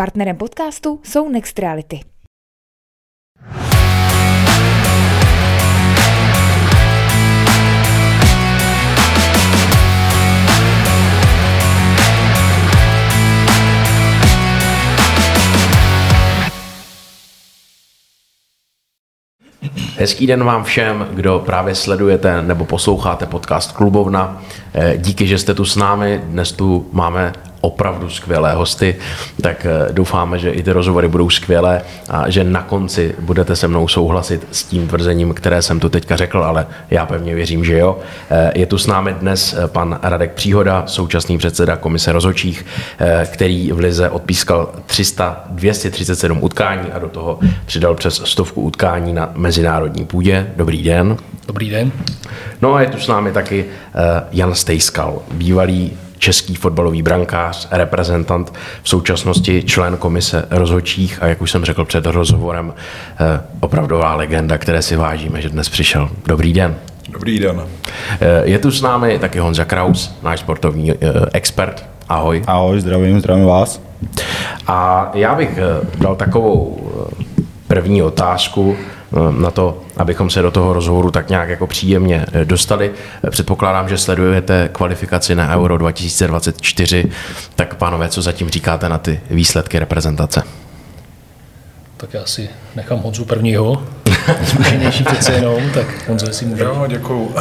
Partnerem podcastu jsou Next Reality. Hezký den vám všem, kdo právě sledujete nebo posloucháte podcast Klubovna. Díky, že jste tu s námi. Dnes tu máme opravdu skvělé hosty, tak doufáme, že i ty rozhovory budou skvělé a že na konci budete se mnou souhlasit s tím tvrzením, které jsem tu teďka řekl, ale já pevně věřím, že jo. Je tu s námi dnes pan Radek Příhoda, současný předseda komise rozhodčích, který v lize odpískal 237 utkání a do toho přidal přes 100 utkání na mezinárodní půdě. Dobrý den. Dobrý den. No a je tu s námi taky Jan Stejskal, bývalý český fotbalový brankář, reprezentant, v současnosti člen komise rozhodčích a jak už jsem řekl před rozhovorem, opravdová legenda, které si vážíme, že dnes přišel. Dobrý den. Dobrý den. Je tu s námi taky Honza Kraus, náš sportovní expert. Ahoj. Ahoj, zdravím vás. A já bych dal takovou první otázku na to, abychom se do toho rozhovoru tak nějak jako příjemně dostali. Předpokládám, že sledujete kvalifikaci na Euro 2024, tak pánové, co zatím říkáte na ty výsledky reprezentace? Tak já si nechám Honzu prvního, zkušenější přece jenom, tak Honzo, jestli můžu. Jo, děkuju.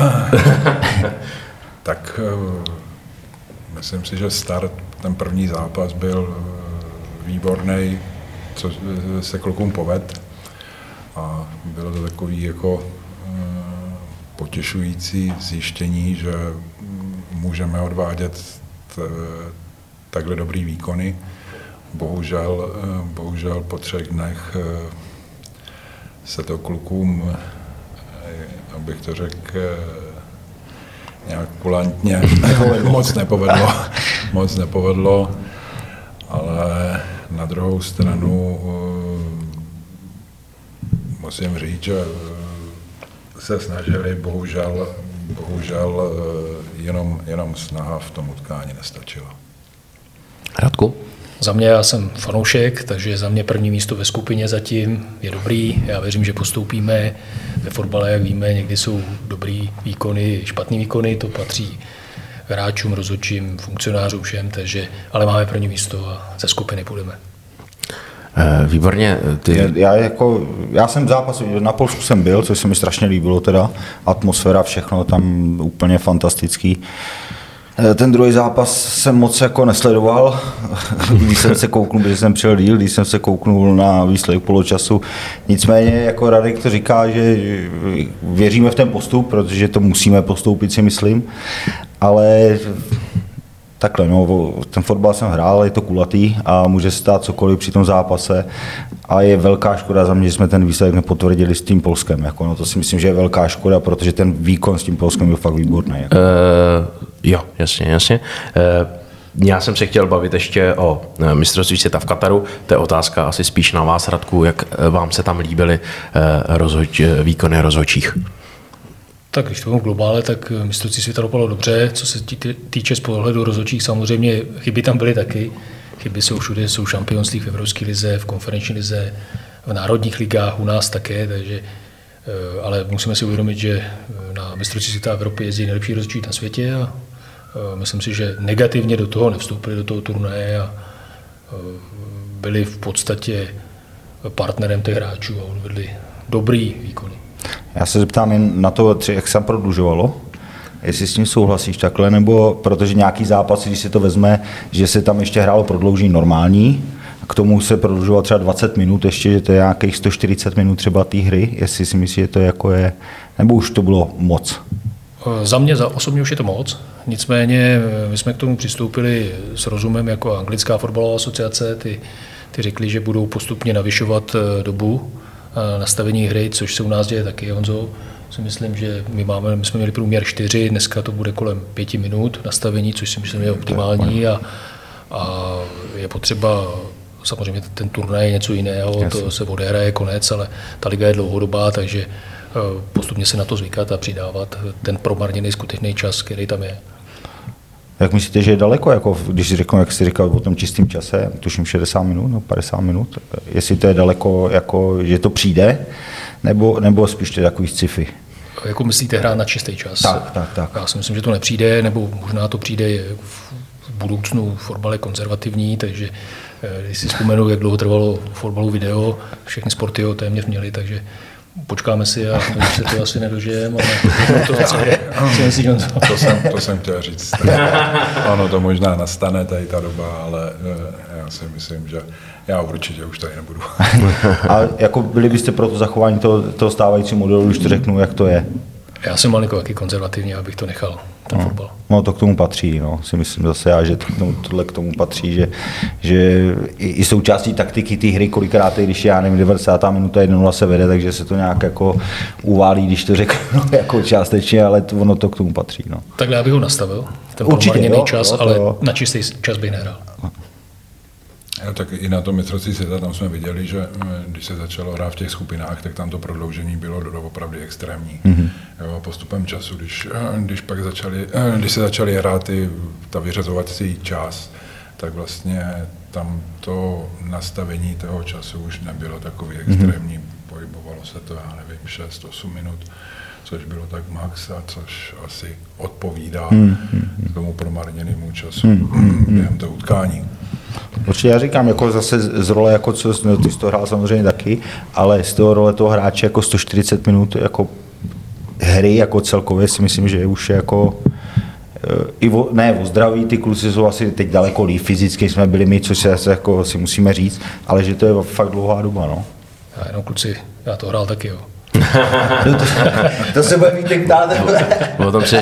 Tak myslím si, že start, ten první zápas byl výborný, co se klukům povedl. A bylo to takový jako potěšující zjištění, že můžeme odvádět takhle dobrý výkony. Bohužel po 3 dnech se to klukům, abych to řekl nějak kulantně, moc nepovedlo, ale na druhou stranu musím říct, že se snažili, bohužel jenom snaha v tom utkání nestačila. Radku? Za mě, já jsem fanoušek, takže za mě první místo ve skupině zatím je dobrý. Já věřím, že postoupíme. Ve fotbale, jak víme, někdy jsou dobrý výkony, špatný výkony, to patří hráčům, rozhodčím, funkcionářům, všem, takže, ale máme první místo a ze skupiny půjdeme. Výborně. Já jsem v zápasu, na Polsku jsem byl, což se mi strašně líbilo teda, atmosféra, všechno tam úplně fantastický. Ten druhý zápas jsem moc jako nesledoval, když jsem se kouknul, protože jsem přijel díl, když jsem se kouknul na výsledek poločasu. Nicméně jako Radek to říká, že věříme v ten postup, protože to musíme postoupit, si myslím, ale takhle, no, ten fotbal jsem hrál, je to kulatý a může se stát cokoliv při tom zápase a je velká škoda za mě, že jsme ten výsledek nepotvrdili s tím Polskem. Jako, no, to si myslím, že je velká škoda, protože ten výkon s tím Polskem byl fakt výborný. Jako. Jo, jasně. Já jsem se chtěl bavit ještě o mistrovství světa v Kataru. To je otázka asi spíš na vás, Radku, jak vám se tam líbily výkony rozhodčích? Tak když to bylo globále, tak mistrovství světa dopadlo dobře. Co se týče z pohledu rozhodčích, samozřejmě chyby tam byly taky. Chyby jsou všude, jsou šampionství v Evropské lize, v konferenční lize, v národních ligách, u nás také, takže, ale musíme si uvědomit, že na mistrovství světa Evropy jezdí nejlepší rozhodčí na světě a myslím si, že negativně do toho nevstoupili, do toho turnaje a byli v podstatě partnerem těch hráčů a odvedli dobrý výkony. Já se zeptám jen na to, jak se prodlužovalo, jestli s tím souhlasíš takhle, nebo protože nějaký zápas, když se to vezme, že se tam ještě hrálo prodloužení normální, k tomu se prodlužovalo třeba 20 minut, ještě, že to je nějakých 140 minut třeba té hry, jestli si myslíš, že to jako je, nebo už to bylo moc? Za mě osobně už je to moc, nicméně my jsme k tomu přistoupili s rozumem jako anglická fotbalová asociace, ty řekli, že budou postupně navyšovat dobu nastavení hry, což se u nás děje taky, Honzo. Si myslím, že my jsme měli průměr 4, dneska to bude kolem 5 minut nastavení, což si myslím je optimální a je potřeba, samozřejmě ten turnaj je něco jiného, to se odehraje konec, ale ta liga je dlouhodobá, takže postupně se na to zvykat a přidávat ten promarněný skutečný čas, který tam je. Jak myslíte, že je daleko, jako když řeknu, jak jsi říkal o tom čistém čase, tuším 60 minut, no 50 minut, jestli to je daleko, jako, že to přijde, nebo spíš to je takový sci-fi? Jako myslíte hrát na čistý čas? Tak. Já si myslím, že to nepřijde, nebo možná to přijde v budoucnu. Fotbal je konzervativní, takže když si vzpomenu, jak dlouho trvalo fotbalu video, všechny sporty ho téměř měli, takže počkáme si a když se to asi nedožijeme, ale to jsem chtěl říct. Ono to možná nastane tady ta doba, ale já si myslím, že já určitě už tady nebudu. A jako byli byste pro to zachování toho stávajícího modelu, když to řeknu, jak to je? Já jsem malinko taky konzervativní, abych to nechal, ten fotbal. No to k tomu patří, no. Si myslím zase já, že tohle k tomu patří, že i součástí taktiky té hry kolikrát, když já nevím, 90. minuta 1-0 se vede, takže se to nějak jako uválí, když to řeknu jako částečně, ale ono to k tomu patří, no. Takhle já bych ho nastavil, ten promarněný čas, ale na čistý čas bych nehrál. Jo, tak i na tom mistrovství světa tam jsme viděli, že když se začalo hrát v těch skupinách, tak tam to prodloužení bylo opravdu extrémní. Jo, a postupem času, když se začaly hrát ta vyřazovací část, tak vlastně tam to nastavení toho času už nebylo takový extrémní. Pohybovalo se to, já nevím, 6-8 minut, což bylo tak max a což asi odpovídá tomu promarněnému času během toho utkání. Určitě já říkám, jako zase z role, jako co ty jsi to hrál samozřejmě taky, ale z toho role toho hráče jako 140 minut jako hry jako celkově si myslím, že už je jako o zdraví, ty kluci jsou asi teď daleko líp, fyzicky jsme byli my, což se jako si musíme říct, ale že to je fakt dlouhá doba, no. Já jenom kluci, já to hrál taky, jo. To se bude mít teď ptát. O tom se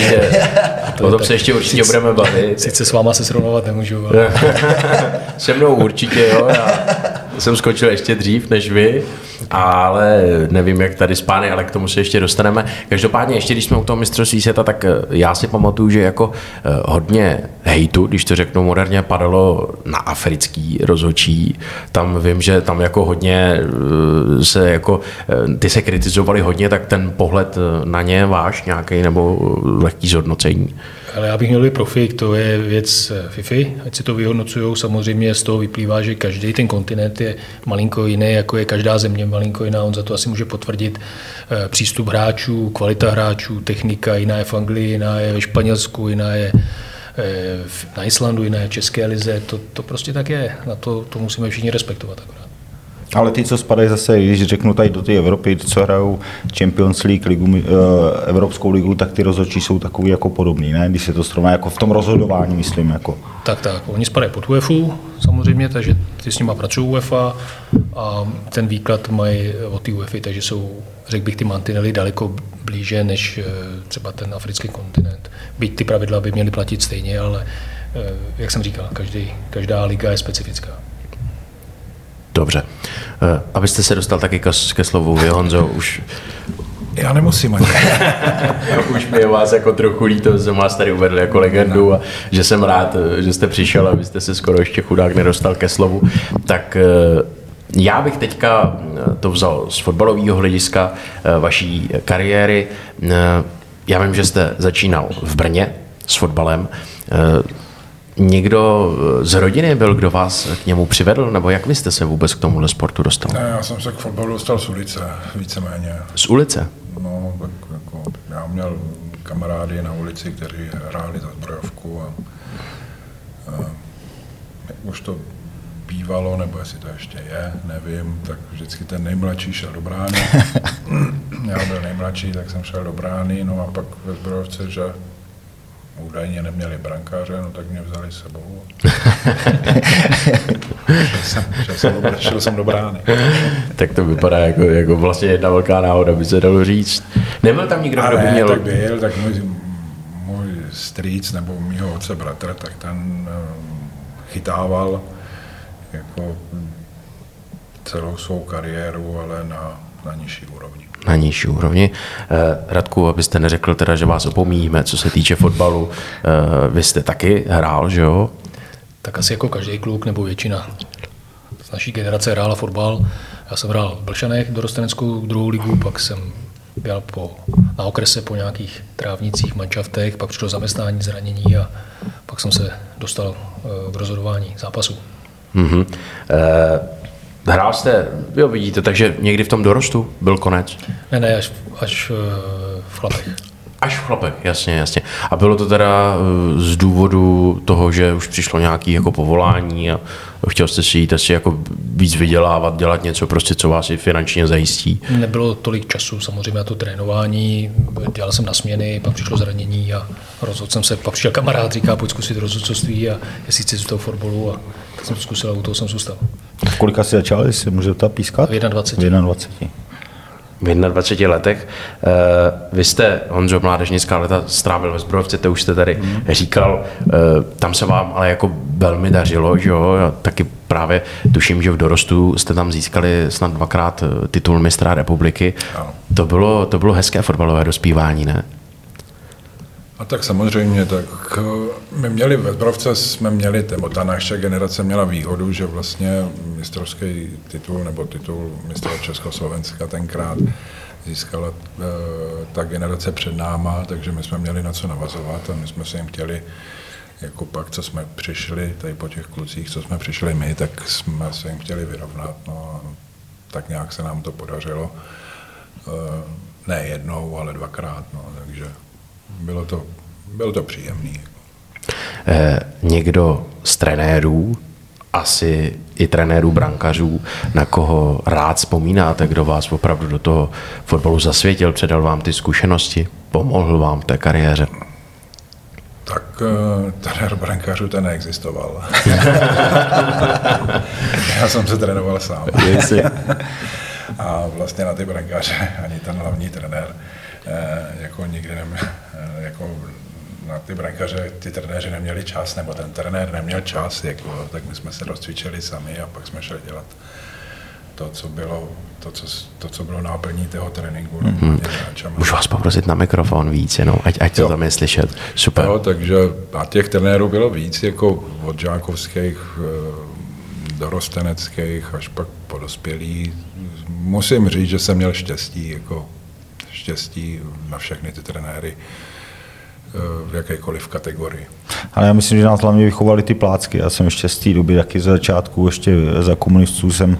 ještě určitě budeme bavit. Sice s váma se srovnávat nemůžu, ale... Se mnou určitě, jo. Já jsem skočil ještě dřív než vy, ale nevím, jak tady s pány, ale k tomu se ještě dostaneme. Každopádně ještě, když jsme u toho mistrovství světa, tak já si pamatuju, že jako hodně hejtu, když to řeknu moderně, padalo na africký rozhodčí. Tam vím, že tam jako hodně se jako, ty se kritizovali hodně, tak ten pohled na ně váš nějaký nebo lehký zhodnocení? Ale já bych měl být profik, to je věc FIFA, ať si to vyhodnocujou. Samozřejmě z toho vyplývá, že každý ten kontinent je malinko jiný, jako je každá země malinko jiná. On za to asi může potvrdit přístup hráčů, kvalita hráčů, technika, jiná je v Anglii, jiná je ve Španělsku, jiná je na Islandu, jiná je v České lize. To prostě tak je, na to musíme všichni respektovat akorát. Ale ty, co spadají zase, když řeknu tady do té Evropy, co hrajou Champions League, Evropskou ligu, tak ty rozhodčí jsou takový jako podobný, ne? Když se to srovná jako v tom rozhodování, myslím. Jako. Tak, oni spadají pod UEFu samozřejmě, takže ty s nima pracují UEFA a ten výklad mají od té UEFy, takže jsou, řekl bych, ty mantinely daleko blíže než třeba ten africký kontinent. Byť ty pravidla by měly platit stejně, ale jak jsem říkal, každá liga je specifická. Dobře. Abyste se dostal taky ke slovu, vy, Honzo, už... Já nemusím ani. Už mi je vás jako trochu líto, jsem vás tady uvedl jako legendu a že jsem rád, že jste přišel a vy jste se skoro ještě chudák nedostal ke slovu. Tak já bych teďka to vzal z fotbalového hlediska vaší kariéry. Já vím, že jste začínal v Brně s fotbalem. Někdo z rodiny byl, kdo vás k němu přivedl, nebo jak vy jste se vůbec k tomuhle sportu dostal? Ne, já jsem se k fotbalu dostal z ulice, víceméně. Z ulice? No, tak jako já měl kamarády na ulici, kteří hráli za zbrojovku a jak už to bývalo, nebo jestli to ještě je, nevím, tak vždycky ten nejmladší šel do brány. Já byl nejmladší, tak jsem šel do brány, no a pak ve zbrojovce, že údajně neměli brankáře, no tak mě vzali s sebou. šel jsem do brány. Tak to vypadá jako vlastně jedna velká náhoda, by se dalo říct. Nebyl tam nikdo, kdo by měl... tak byl, tak můj strýc nebo mýho otce bratr, tak ten chytával jako celou svou kariéru, ale na nižší úrovni. Na nižší úrovni. Radku, abyste neřekl teda, že vás opomíjíme, co se týče fotbalu. Vy jste taky hrál, že jo? Tak asi jako každý kluk nebo většina z naší generace hrála fotbal. Já jsem hrál v Blšanech dorosteneckou druhou ligu, pak jsem byl na okrese po nějakých trávnicích, manšaftech, pak přišlo zaměstnání, zranění a pak jsem se dostal k rozhodování zápasu. Mm-hmm. Hrál jste, jo vidíte, takže někdy v tom dorostu byl konec? Ne, až v Chlapech. Až v Chlapech, jasně. A bylo to teda z důvodu toho, že už přišlo nějaké jako povolání a chtěl jste si jít asi jako víc vydělávat, dělat něco prostě, co vás i finančně zajistí? Nebylo tolik času samozřejmě na to trénování, dělal jsem na směny, pak přišlo zranění a rozhodl jsem se, pak přišel kamarád, říká, pojď zkusit rozhodcovství a jestli chci zůstat v fotbalu a tak jsem to zkusil a u toho jsem zůstal. V kolika jsi začal, jestli můžu to pískat? V 21. V 21 letech. Vy jste, Honzo, mládežnická léta strávil ve Zbrojovce, to už jste tady říkal, tam se vám ale jako velmi dařilo, že jo? A taky právě tuším, že v dorostu jste tam získali snad 2krát titul mistra republiky. To bylo hezké fotbalové dospívání, ne? A tak samozřejmě, tak my měli ve Zbrojovce, nebo ta naše generace měla výhodu, že vlastně mistrovský titul nebo titul mistra Československa tenkrát získala ta generace před náma, takže my jsme měli na co navazovat a my jsme se jim chtěli, jako pak, co jsme přišli, tady po těch klucích, co jsme přišli my, tak jsme se jim chtěli vyrovnat, no a tak nějak se nám to podařilo. Ne jednou, ale 2krát, no, takže bylo to příjemný. Někdo z trenérů, asi i trenérů brankařů, na koho rád vzpomínáte, kdo vás opravdu do toho fotbalu zasvětil, předal vám ty zkušenosti, pomohl vám v té kariéře? Tak trenér brankářů ten neexistoval. Já jsem se trénoval sám. A vlastně na ty brankáře ani ten hlavní trenér jako nikdy jako na ty brankaře ty trenéři neměli čas, nebo ten trenér neměl čas, jako, tak my jsme se rozcvičili sami a pak jsme šli dělat to, co bylo náplní toho tréninku. Můžu vás poprosit na mikrofon víc, jenom, ať to tam je slyšet. Super. Jo, takže a těch trenérů bylo víc, jako od žákovských, dorosteneckých, až pak po dospělí. Musím říct, že jsem měl štěstí na všechny ty trenéry v jakékoliv kategorii. Ale já myslím, že nás hlavně vychovali ty plácky. Já jsem ještě z té doby, taky z začátku, ještě za komunistů jsem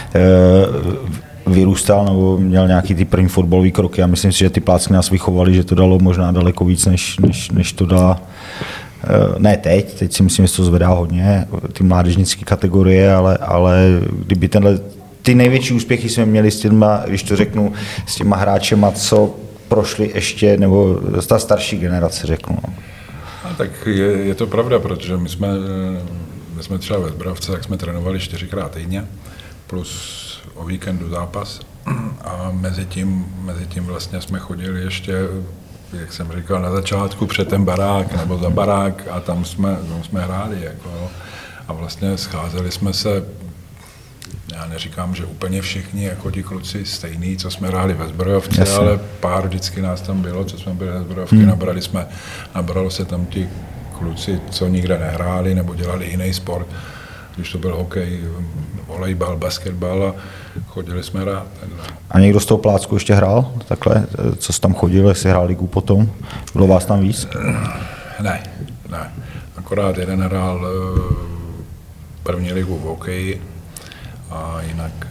vyrůstal nebo měl nějaký ty první fotbalové kroky a myslím si, že ty plácky nás vychovali, že to dalo možná daleko víc, než to dá. Ne teď si myslím, že to zvedá hodně, ty mládežnické kategorie, ale kdyby ty největší úspěchy jsme měli s těma, když to řeknu, s těma hráčema, co prošli ještě, nebo ta starší generace, řeknu. A tak je to pravda, protože my jsme třeba ve Zbrojovce, tak jsme trénovali 4krát týdně, plus o víkendu zápas a mezi tím vlastně jsme chodili ještě, jak jsem říkal, na začátku před ten barák nebo za barák a tam jsme hráli. Jako, a vlastně scházeli jsme se, já neříkám, že úplně všichni, jako ti kluci stejný, co jsme hráli ve Zbrojovce, jasně, ale pár vždycky nás tam bylo, co jsme byli ve Zbrojovce, nabralo se tam ti kluci, co nikde nehráli nebo dělali jiný sport, když to byl hokej, volejbal, basketbal a chodili jsme hrát. A někdo z toho plácku ještě hrál takhle? Co jsi tam chodil, jestli hrál ligu potom? Bylo vás tam víc? Ne. Akorát jeden hrál první ligu v hokeji a jinak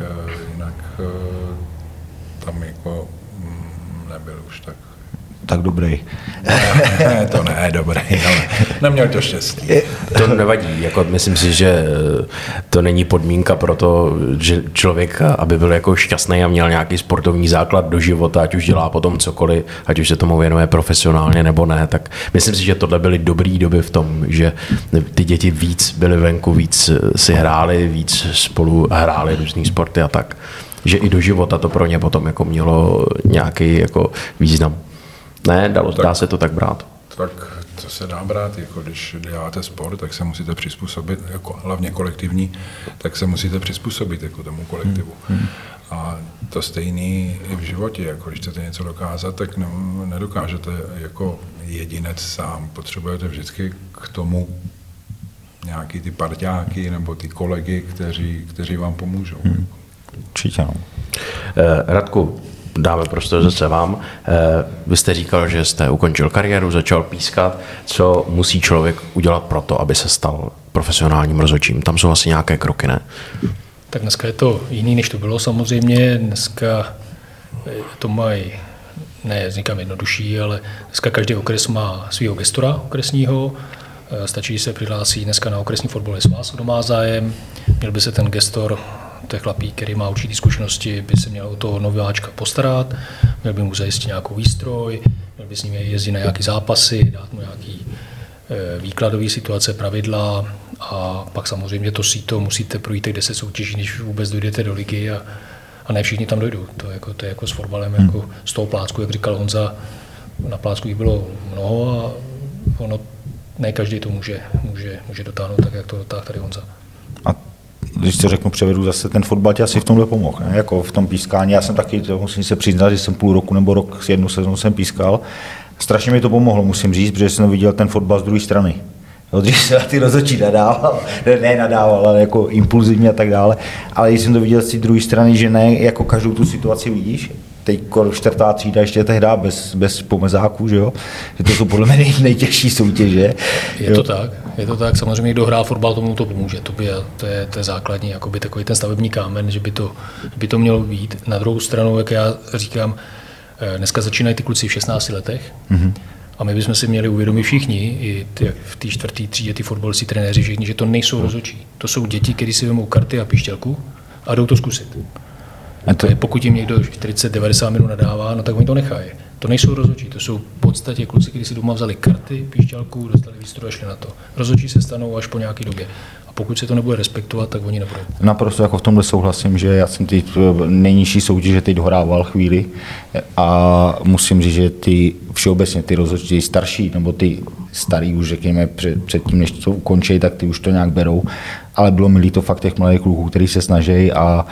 tam jako nebyl už tak dobrý. Ne, to ne, dobrý, ale neměl to štěstí. To nevadí, jako myslím si, že to není podmínka pro to, že člověk, aby byl jako šťastný a měl nějaký sportovní základ do života, ať už dělá potom cokoliv, ať už se tomu věnuje profesionálně nebo ne, tak myslím si, že tohle byly dobrý doby v tom, že ty děti víc byly venku, víc si hráli, víc spolu hráli různý sporty a tak, že i do života to pro ně potom jako mělo nějaký jako význam. Ne, dá se to tak brát. Tak to se dá brát, jako když děláte sport, tak se musíte přizpůsobit, jako hlavně kolektivní, tak se musíte přizpůsobit jako tomu kolektivu. A to stejný i v životě, jako když chcete něco dokázat, tak nedokážete jako jedinec sám. Potřebujete vždycky k tomu nějaký ty parťáky nebo ty kolegy, kteří vám pomůžou. Určitě. Radku, dáme prostor zase vám. Vy jste říkal, že jste ukončil kariéru, začal pískat. Co musí člověk udělat pro to, aby se stal profesionálním rozhodčím? Tam jsou asi nějaké kroky, ne? Tak dneska je to jiný, než to bylo samozřejmě. Dneska to mají, ne říkám jednodušší, ale dneska každý okres má svého gestora okresního. Stačí, že se přihlásí dneska na okresní fotbalový svaz, kdo má zájem. Měl by se ten gestor, to je chlapík, který má určitý zkušenosti, by se měl o toho nováčka postarat, měl by mu zajistit nějakou výstroj, měl by s ním jezdit na nějaké zápasy, dát mu nějaký výkladové situace, pravidla a pak samozřejmě to síto musíte projít těch 10 soutěží, než vůbec dojdete do ligy a ne všichni tam dojdou. To je jako s fotbalem, jako z toho plácku, jak říkal Honza, na plácku jich bylo mnoho a ono ne každý to může dotáhnout tak, jak to dotáhl tady Honza. A když to řeknu, převedu zase, ten fotbal ti asi v tomhle pomohl, ne? Jako v tom pískání. Já jsem taky, to musím se přiznat, že jsem půl roku nebo rok, jednu sezónu jsem pískal. Strašně mi to pomohlo, musím říct, protože jsem viděl ten fotbal z druhé strany. Když se na ty rozhodčí nadával, ale jako impulzivně a tak dále. Ale když jsem to viděl z té druhé strany, že ne, jako každou tu situaci vidíš, teď čtvrtá třída ještě tehdy bez pomezáků, že jo? Že to jsou podle mě nejtěžší soutěže. Je to tak, samozřejmě kdo hrál fotbal, tomu to pomůže, to je základní, jakoby takový ten stavební kámen, že by to mělo být. Na druhou stranu, jak já říkám, dneska začínají ty kluci v 16 letech a my bychom si měli uvědomit všichni, i v té čtvrté třídě, ty fotbalisti, trenéři, všichni, že to nejsou rozhodčí. To jsou děti, kteří si vezmou karty a píšťalku a jdou to zkusit. Pokud jim někdo 40-90 minut nadává, no tak oni to nechají. To nejsou rozhodčí, to jsou v podstatě kluci, kteří si doma vzali karty, píšťalku, dostali výstroj a šli na to. Rozhodčí se stanou až po nějaké době. A pokud se to nebude respektovat, tak oni nebudou. Naprosto jako v tomhle souhlasím, že já jsem ty nejnižší soutěže teď dohrával chvíli a musím říct, že ty všeobecně ty rozhodčí starší, nebo ty starý už řekněme předtím, než to ukončí, tak ty už to nějak berou. Ale bylo mi líto fakt těch mladých kluků, kteří se snaží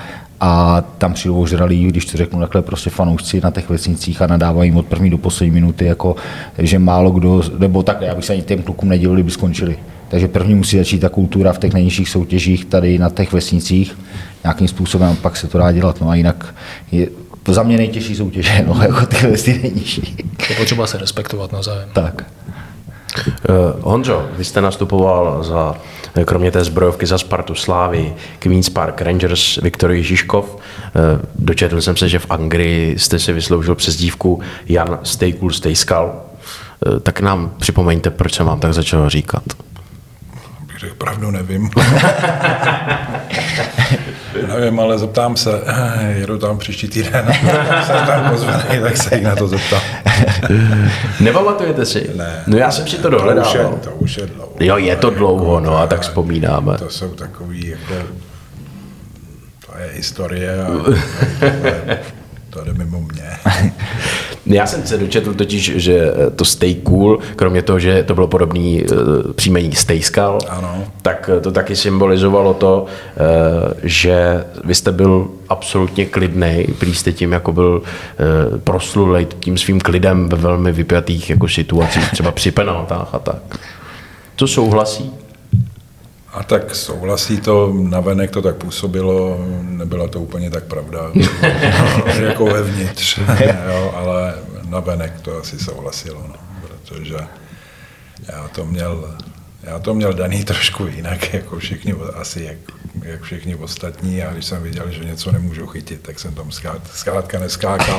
a tam přijdou ožralí, když to řeknu takhle, prostě fanoušci na těch vesnicích a nadávají jim od první do poslední minuty, jako, že málo kdo, nebo takhle, já bych se ani těm klukům nedělil, kdyby skončili. Takže první musí začít ta kultura v těch nejnižších soutěžích tady na těch vesnicích, nějakým způsobem, pak se to dá dělat, no a jinak je to za mě nejtěžší soutěže, no, jako ty nejnižší. Je potřeba se respektovat navzájem. Tak. Honzo, vy jste nastupoval kromě té zbrojovky za Spartu, Slávy, Queens Park Rangers, Viktor Žižkov. Dočetl jsem se, že v Anglii jste si vysloužil přezdívku Jan Stay Cool, Stay Skal. Tak nám připomeňte, proč jsem vám tak začal říkat. Bych řekl, pravdu nevím. Nevím, ale zeptám se, jedu tam příští týden, jsem tam pozvaný, tak se jí na to zeptám. Nepamatujete si? Ne. No já jsem si to dohledával. To už je dlouho. Jo, je to dlouho, no a tak vzpomínáme. To jsou takový, jako, to je historie a to jde mimo mě. Já jsem se dočetl totiž, že to Stay Cool, kromě toho, že to bylo podobný příjmení Stay Skal, tak to taky symbolizovalo to, že vy jste byl absolutně klidnej, prý jste tím jako byl proslulej tím svým klidem ve velmi vypjatých jako situacích, třeba při penaltách a tak. To souhlasí? A tak souhlasí to, navenek to tak působilo, nebyla to úplně tak pravda, jako vevnitř, jo, ale navenek to asi souhlasilo, no, protože já to měl daný trošku jinak, jako všichni, asi jak všichni ostatní, a když jsem viděl, že něco nemůžu chytit, tak jsem tam zkrátka neskákal.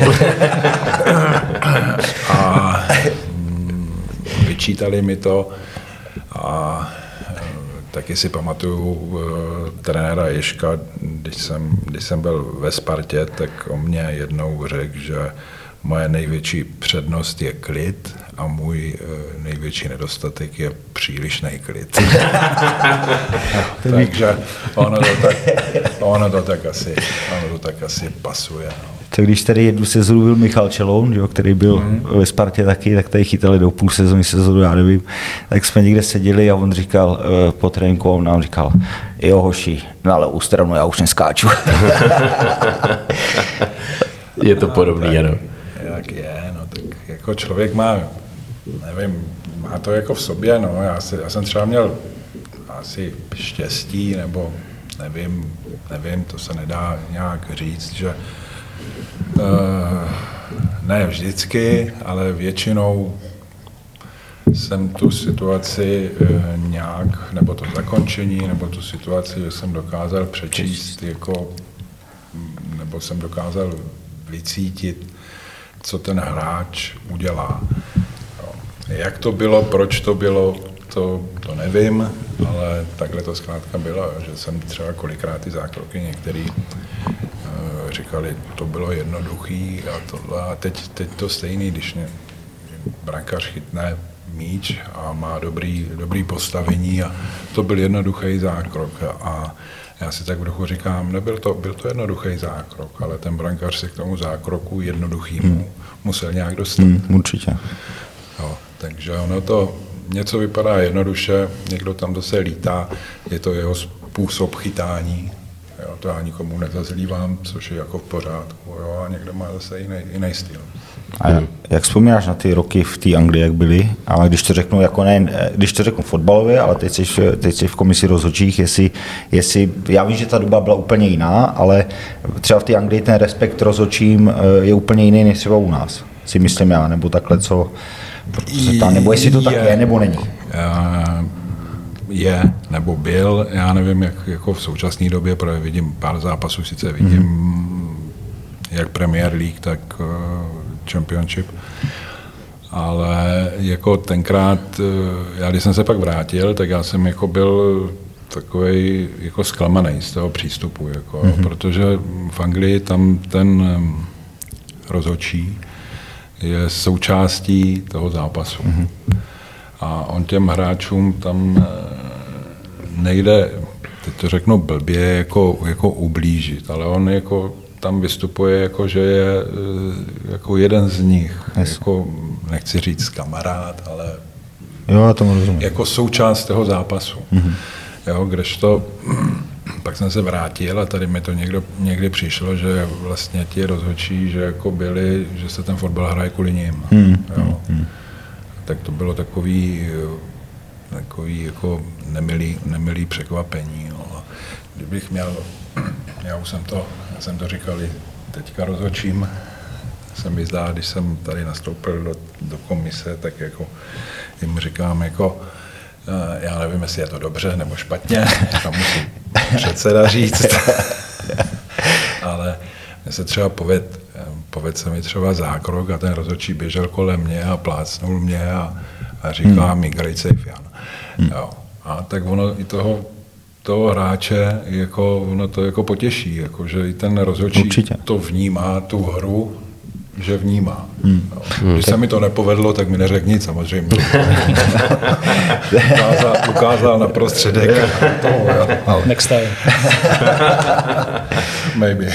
A vyčítali mi to a taky si pamatuju trenéra Ježka, když jsem byl ve Spartě, tak o mě jednou řekl, že moje největší přednost je klid a můj největší nedostatek je přílišný klid. Takže ono to tak asi pasuje. No. Tak když tady jednu sezonu byl Michal Čeloun, jo, který byl ve Spartě taky, tak tady chytali do půl sezonu, já nevím, tak jsme někde seděli a on říkal po tréninku, on nám říkal, jo hoši, na levou stranu já už neskáču. Je to podobný, ano. Jak je, no tak jako člověk má, nevím, má to jako v sobě, no, já jsem třeba měl asi štěstí, nebo nevím, to se nedá nějak říct, že Ne vždycky, ale většinou jsem tu situaci nějak, nebo to zakončení, nebo tu situaci, že jsem dokázal přečíst, jako, nebo jsem dokázal vycítit, co ten hráč udělá. Jak to bylo, proč to bylo, to nevím, ale takhle to zkrátka bylo, že jsem třeba kolikrát ty zákroky některý říkali, to bylo jednoduchý a teď to stejný, když brankář chytne míč a má dobrý postavení a to byl jednoduchý zákrok a já si tak v duchu říkám, byl to jednoduchý zákrok, ale ten brankář se k tomu zákroku jednoduchýmu musel nějak dostat. Určitě. Jo, takže ono to něco vypadá jednoduše, někdo tam zase lítá, je to jeho způsob chytání, jo, to já nikomu nezazlívám, což je jako v pořádku, jo, a někdo má zase jiný styl. A jak vzpomínáš na ty roky v té Anglii, jak byly? Ale když to řeknu jako když to řeknu fotbalově, ale teď jsi v komisi rozhodčích, jestli, já vím, že ta doba byla úplně jiná, ale třeba v té Anglii ten respekt rozhodčím je úplně jiný než třeba u nás, si myslím já, nebo takhle co, nebo jestli to tak je, nebo není. Je, nebo byl, já nevím, jak jako v současné době, protože vidím pár zápasů, sice vidím jak Premier League, tak Championship, ale jako tenkrát, já když jsem se pak vrátil, tak já jsem jako byl takovej jako zklamaný z toho přístupu, jako, protože v Anglii tam ten rozhodčí je součástí toho zápasu. A on těm hráčům tam nejde, teď to řeknu blbě, jako ublížit, ale on jako tam vystupuje jako, že je jako jeden z nich, jako, nechci říct kamarád, ale jo, já tomu rozumím. Jako součást toho zápasu. Jo, kdežto pak jsem se vrátil a tady mi to někdy přišlo, že vlastně ti rozhodčí, že jako byli, že se ten fotbal hraje kvůli nim. Jo. Tak to bylo takový jako nemilý překvapení. Jo. Kdybych měl, já jsem to říkal i teďka rozhodčím, se mi zdá, když jsem tady nastoupil do komise, tak jako jim říkám, jako, já nevím, jestli je to dobře nebo špatně, to musí předseda říct, ale mně se třeba povedl se mi třeba zákrok a ten rozhodčí běžel kolem mě a plácnul mě a říká mi great save, Jan. Jo. A tak ono i toho hráče jako, ono to jako potěší, jako, že i ten rozhodčí to vnímá, tu hru, že vnímá. Když se mi to nepovedlo, tak mi neřekl nic samozřejmě. ukázal na prostředek toho, ale... Next time. Maybe.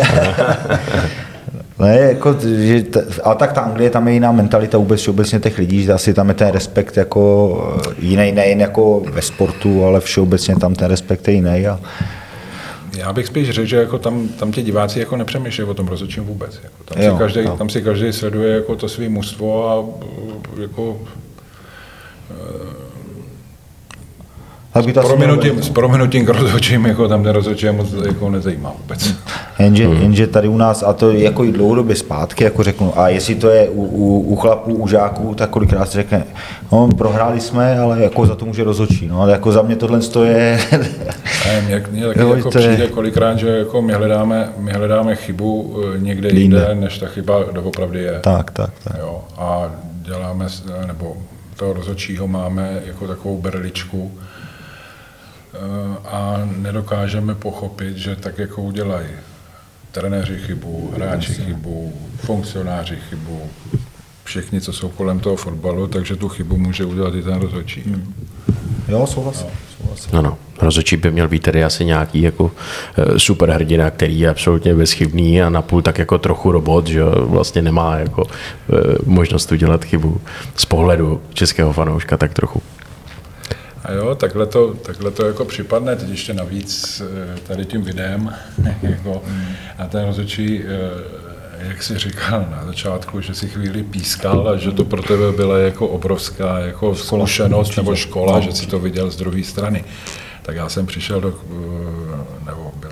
Ne, jako, ale tak ta Anglie, tam je jiná mentalita všeobecně těch lidí, že asi tam je ten respekt jako jiný, nejen jako ve sportu, ale všeobecně tam ten respekt je jiný. Já bych spíš řekl, že jako tam ti diváci jako nepřemýšlejí o tom rozhodčím vůbec. Jako tam si každý sleduje jako to svý mužstvo a jako s prominutím k rozhodčím, jako tam ten rozhodčí moc jako nezajímá vůbec. Jenže tady u nás, a to jako i dlouhodobě zpátky, jako řeknu, a jestli to je u chlapů, u žáků, tak kolikrát se řekne, no, prohráli jsme, ale jako za to může rozhodčí, no, ale jako za mě tohle je... Mně taky jako přijde kolikrát, že jako my hledáme chybu někde jinde, než ta chyba doopravdy je. Tak. Jo, a děláme, nebo toho rozhodčího máme jako takovou berličku, a nedokážeme pochopit, že tak jako udělají trenéři chybu, hráči chybu, funkcionáři chybu, všichni, co jsou kolem toho fotbalu, takže tu chybu může udělat i ten rozhodčí. Jo, souhlasím. Ano, rozhodčí by měl být tedy asi nějaký jako superhrdina, který je absolutně bezchybný a napůl tak jako trochu robot, že vlastně nemá jako možnost udělat chybu z pohledu českého fanouška tak trochu. A jo, takhle to jako připadne, teď ještě navíc tady tím videem, jako, a ten rozhodčí, jak jsi říkal na začátku, že si chvíli pískal a že to pro tebe byla jako obrovská jako zkušenost nebo škola, že si to viděl z druhé strany. Tak já jsem přišel nebo byl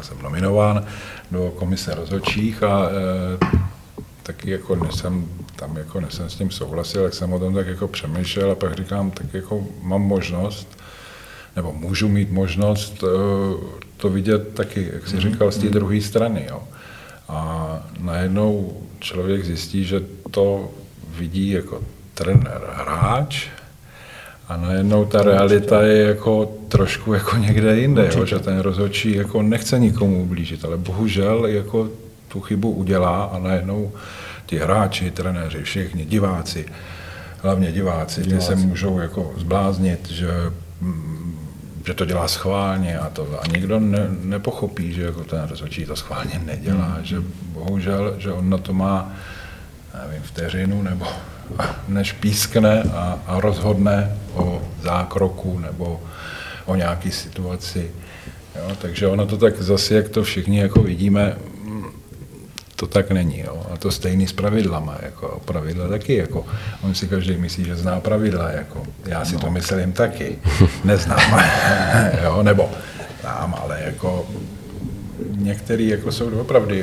byl jsem nominován do komise rozhodčích a taky jako než jsem s tím souhlasil, tak jsem o tom tak jako přemýšlel a pak říkám, tak jako mám možnost, nebo můžu mít možnost to vidět taky, jak jsi říkal, z té druhé strany. Jo. A najednou člověk zjistí, že to vidí jako trenér, hráč a najednou ta realita je jako trošku jako někde jinde, jo, že ten rozhodčí jako nechce nikomu ublížit, ale bohužel jako tu chybu udělá a najednou ti hráči, trenéři, všichni, diváci, hlavně diváci, ty se můžou jako zbláznit, že to dělá schválně a nikdo nepochopí, že jako ten rozhodčí to schválně nedělá, že bohužel, že on na to má, nevím, vteřinu nebo než pískne a rozhodne o zákroku nebo o nějaké situaci. Jo, takže ono to tak zase, jak to všichni jako vidíme, to tak není. Jo. A to stejný s pravidlama. Jako pravidla taky. Jako, on si každý myslí, že zná pravidla. Jako, já si to myslím taky. Neznám. Jo, nebo znám, ale jako některý jako jsou opravdu.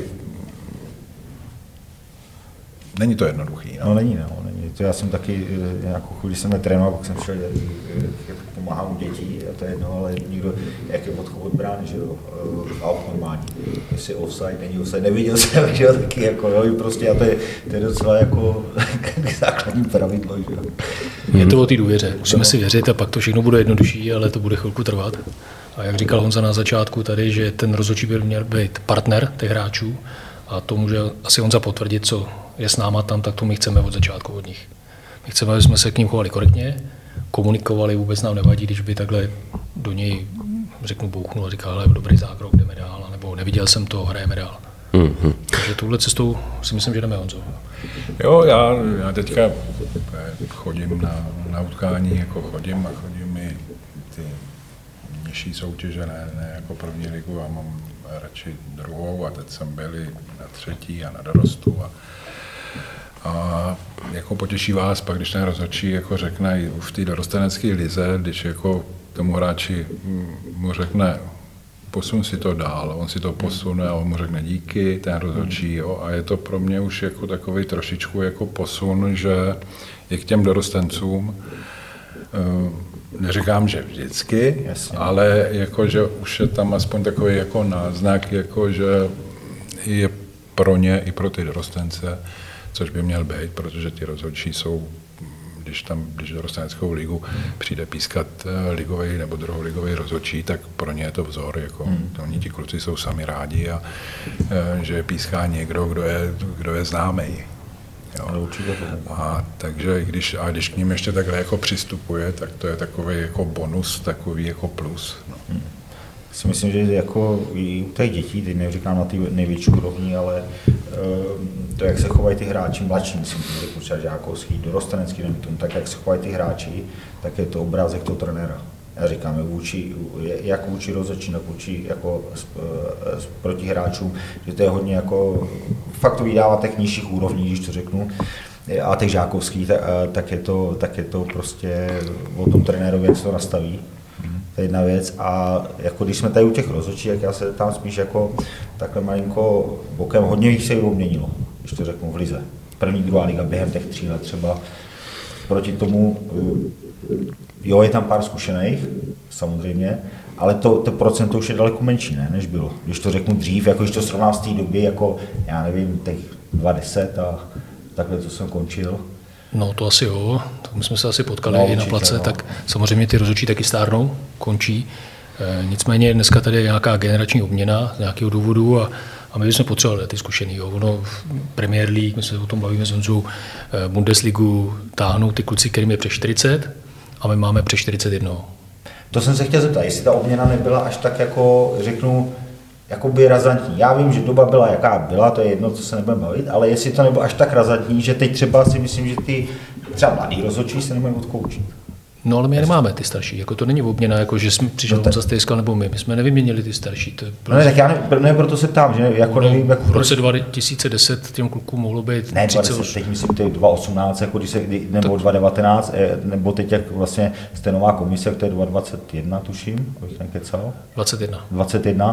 Není to jednoduchý. No není. To já jsem taky nějakou chvíli jsem netrénoval, pak jsem šel pomáhám dětí, a to je jedno, ale někdo, jak je odchod od brány, že jo, aut normální, jestli offside, není offside, neviděl jsem, že jo, taky jako, jo, prostě a to je docela jako základní pravidlo, že jo. Je to o té důvěře, musíme si věřit a pak to všechno bude jednodušší, ale to bude chvilku trvat. A jak říkal Honza na začátku tady, že ten rozhodčí by měl být partner těch hráčů a to může asi Honza potvrdit, co je s náma tam, tak to my chceme od začátku od nich. My chceme, aby jsme se k ním chovali korektně, komunikovali, vůbec nám nevadí, když by takhle do něj, řeknu, bouchnul a říkal, hele, dobrý zákrok, jdeme dál, nebo neviděl jsem to, hrajeme dál. Takže touhle cestou si myslím, že jdeme, Honzo. Jo, já teďka chodím na utkání, jako chodím i ty nižší soutěže, ne jako první ligu, a mám radši druhou a teď jsem byl na třetí a na dorostu a jako potěší vás pak, když ten rozhodčí jako řekne v té dorostenecké lize, když jako tomu hráči mu řekne posun si to dál, on si to posune a on mu řekne díky, ten rozhodčí, jo, a je to pro mě už jako takový trošičku jako posun, že je k těm dorostencům, neříkám, že vždycky, jasně, ale jako, že už je tam aspoň takový jako náznak, jako, že je pro ně i pro ty dorostence, což by měl být, protože ty rozhodčí jsou, když do rosteneckou ligu přijde pískat ligový nebo druholigový rozhodčí, tak pro ně je to vzor. Jako, oni ti kluci jsou sami rádi a že je píská někdo, kdo je známý. A takže když k ním ještě takhle jako přistupuje, tak to je takový jako bonus, takový jako plus. No. Si myslím, že jako i u těch dětí, teď neříkám na ty největší úrovni, ale to, jak se chovají ty hráči mladší, myslím, že třeba žákovský, dorostenecký, tak jak se chovají ty hráči, tak je to obrázek toho trenéra. Já říkám, jak vůči rozhodčí, tak vůči jako proti hráčům, že to je hodně jako, fakt to vydává těch nižších úrovní, když to řeknu, a těch žákovský, tak je to prostě o tom trenérovi, jak se to nastaví. To je jedna věc a jako když jsme tady u těch rozhodčí, jak já se tam spíš jako takhle malinko bokem, hodně jich se obměnilo, když to řeknu v lize. První, druhá liga během těch 3 let třeba. Proti tomu, jo, je tam pár zkušených, samozřejmě, ale to procento už je daleko menší, ne, než bylo. Když to řeknu dřív, jako když to srovnám z té doby, jako já nevím, těch 20 a takhle, co jsem končil. No to asi jo, tak my jsme se asi potkali i na place, tak samozřejmě ty rozhodčí taky stárnou, končí. Nicméně dneska tady je nějaká generační obměna z nějakého důvodu a my bychom potřebovali ty zkušený. Ono Premier League, my se o tom bavíme s Honzou, Bundesligu táhnou ty kluci, kterým je přes 40 a my máme přes 41. To jsem se chtěl zeptat, jestli ta obměna nebyla až tak jako, řeknu, jakoby razantní. Já vím, že doba byla jaká byla, to je jedno, co se nebudeme bavit, ale jestli to nebylo až tak razantní, že teď třeba si myslím, že ty třeba mladí rozhodčí se nemají odkoučit. No ale my je nemáme ty starší, jako to není obměna, jako že jsme přišel no, zase nebo my jsme nevyměnili ty starší. To je prostě... No ne, tak já proto se ptám, že jako nevím, jako v roce 2010 těm klukům mohlo být... Ne, 20, teď myslím, že 2018, jako když se, nebo 2019, nebo teď jak vlastně jste nová komise, to je 2021, tuším, abych nekecal. 21.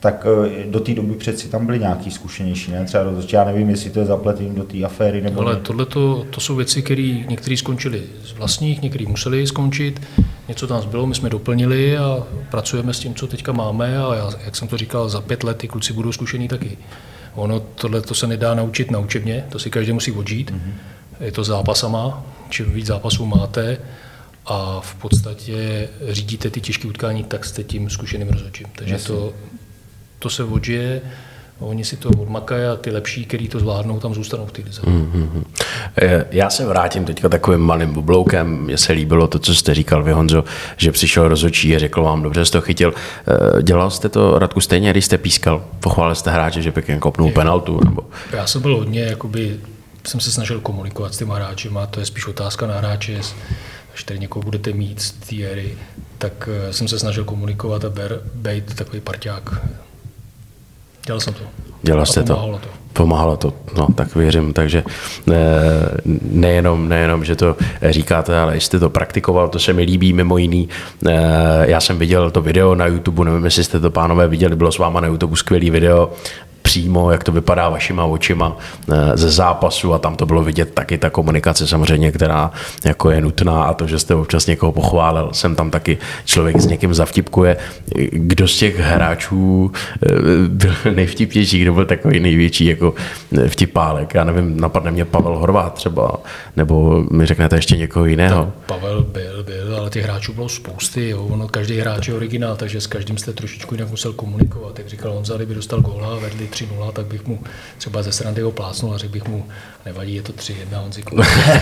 tak do té doby přeci tam byly nějaký zkušenější, ne? Třeba já nevím, jestli to je zapletený do té aféry nebo ale ne. To jsou věci, které někteří skončili z vlastních, někteří museli skončit, něco tam zbylo, my jsme doplnili a pracujeme s tím, co teďka máme a já, jak jsem to říkal, za 5 let ty kluci budou zkušení taky. Tohle se nedá naučit na učebně, to si každý musí odžít. Je to zápasama, čím víc zápasů máte a v podstatě řídíte ty těžké utkání, tak jste tím zkušeným rozhodčím. Takže to se odžije, oni si to odmakají a ty lepší, kteří to zvládnou, tam zůstanou v té lize. Já se vrátím teďka takovým malým bubloukem. Mně se líbilo to, co jste říkal vy, Honzo, že přišel rozhodčí a řekl vám, dobře jste to chytil. Dělal jste to, Radku, stejně, když jste pískal? Pochválil jste hráče, že pěkně kopnul penaltu? Nebo... Já jsem byl hodně, jsem se snažil komunikovat s těma hráčima, to je spíš otázka na hráče, až tady někoho budete mít z té éry, tak jsem se snažil komunikovat a být takový parťák. Dělal jsem to. Dělal jste to. Pomáhalo to, no tak věřím, takže nejenom, že to říkáte, ale jste to praktikoval, to se mi líbí mimo jiný. Já jsem viděl to video na YouTube, nevím, jestli jste to, pánové, viděli, bylo s váma na YouTube skvělý video, přímo, jak to vypadá vašima očima ze zápasu a tam to bylo vidět taky ta komunikace samozřejmě, která jako je nutná a to, že jste občas někoho pochválil, jsem tam taky člověk s někým zavtipkuje. Kdo z těch hráčů byl nejvtipnější, kdo byl takový největší jako vtipálek? Já nevím, napadne mě Pavel Horváth třeba, nebo mi řeknete ještě někoho jiného? Tak Pavel byl, ale těch hráčů bylo spousty, jo. Každý hráč je originál, takže s každým jste trošičku jinak musel komunikovat. Jak říkal Honza, kdyby dostal góla a vedli 3-0, tak bych mu třeba ze srandy ho plásnul a řekl bych mu, nevadí, je to 3-1, Honziku.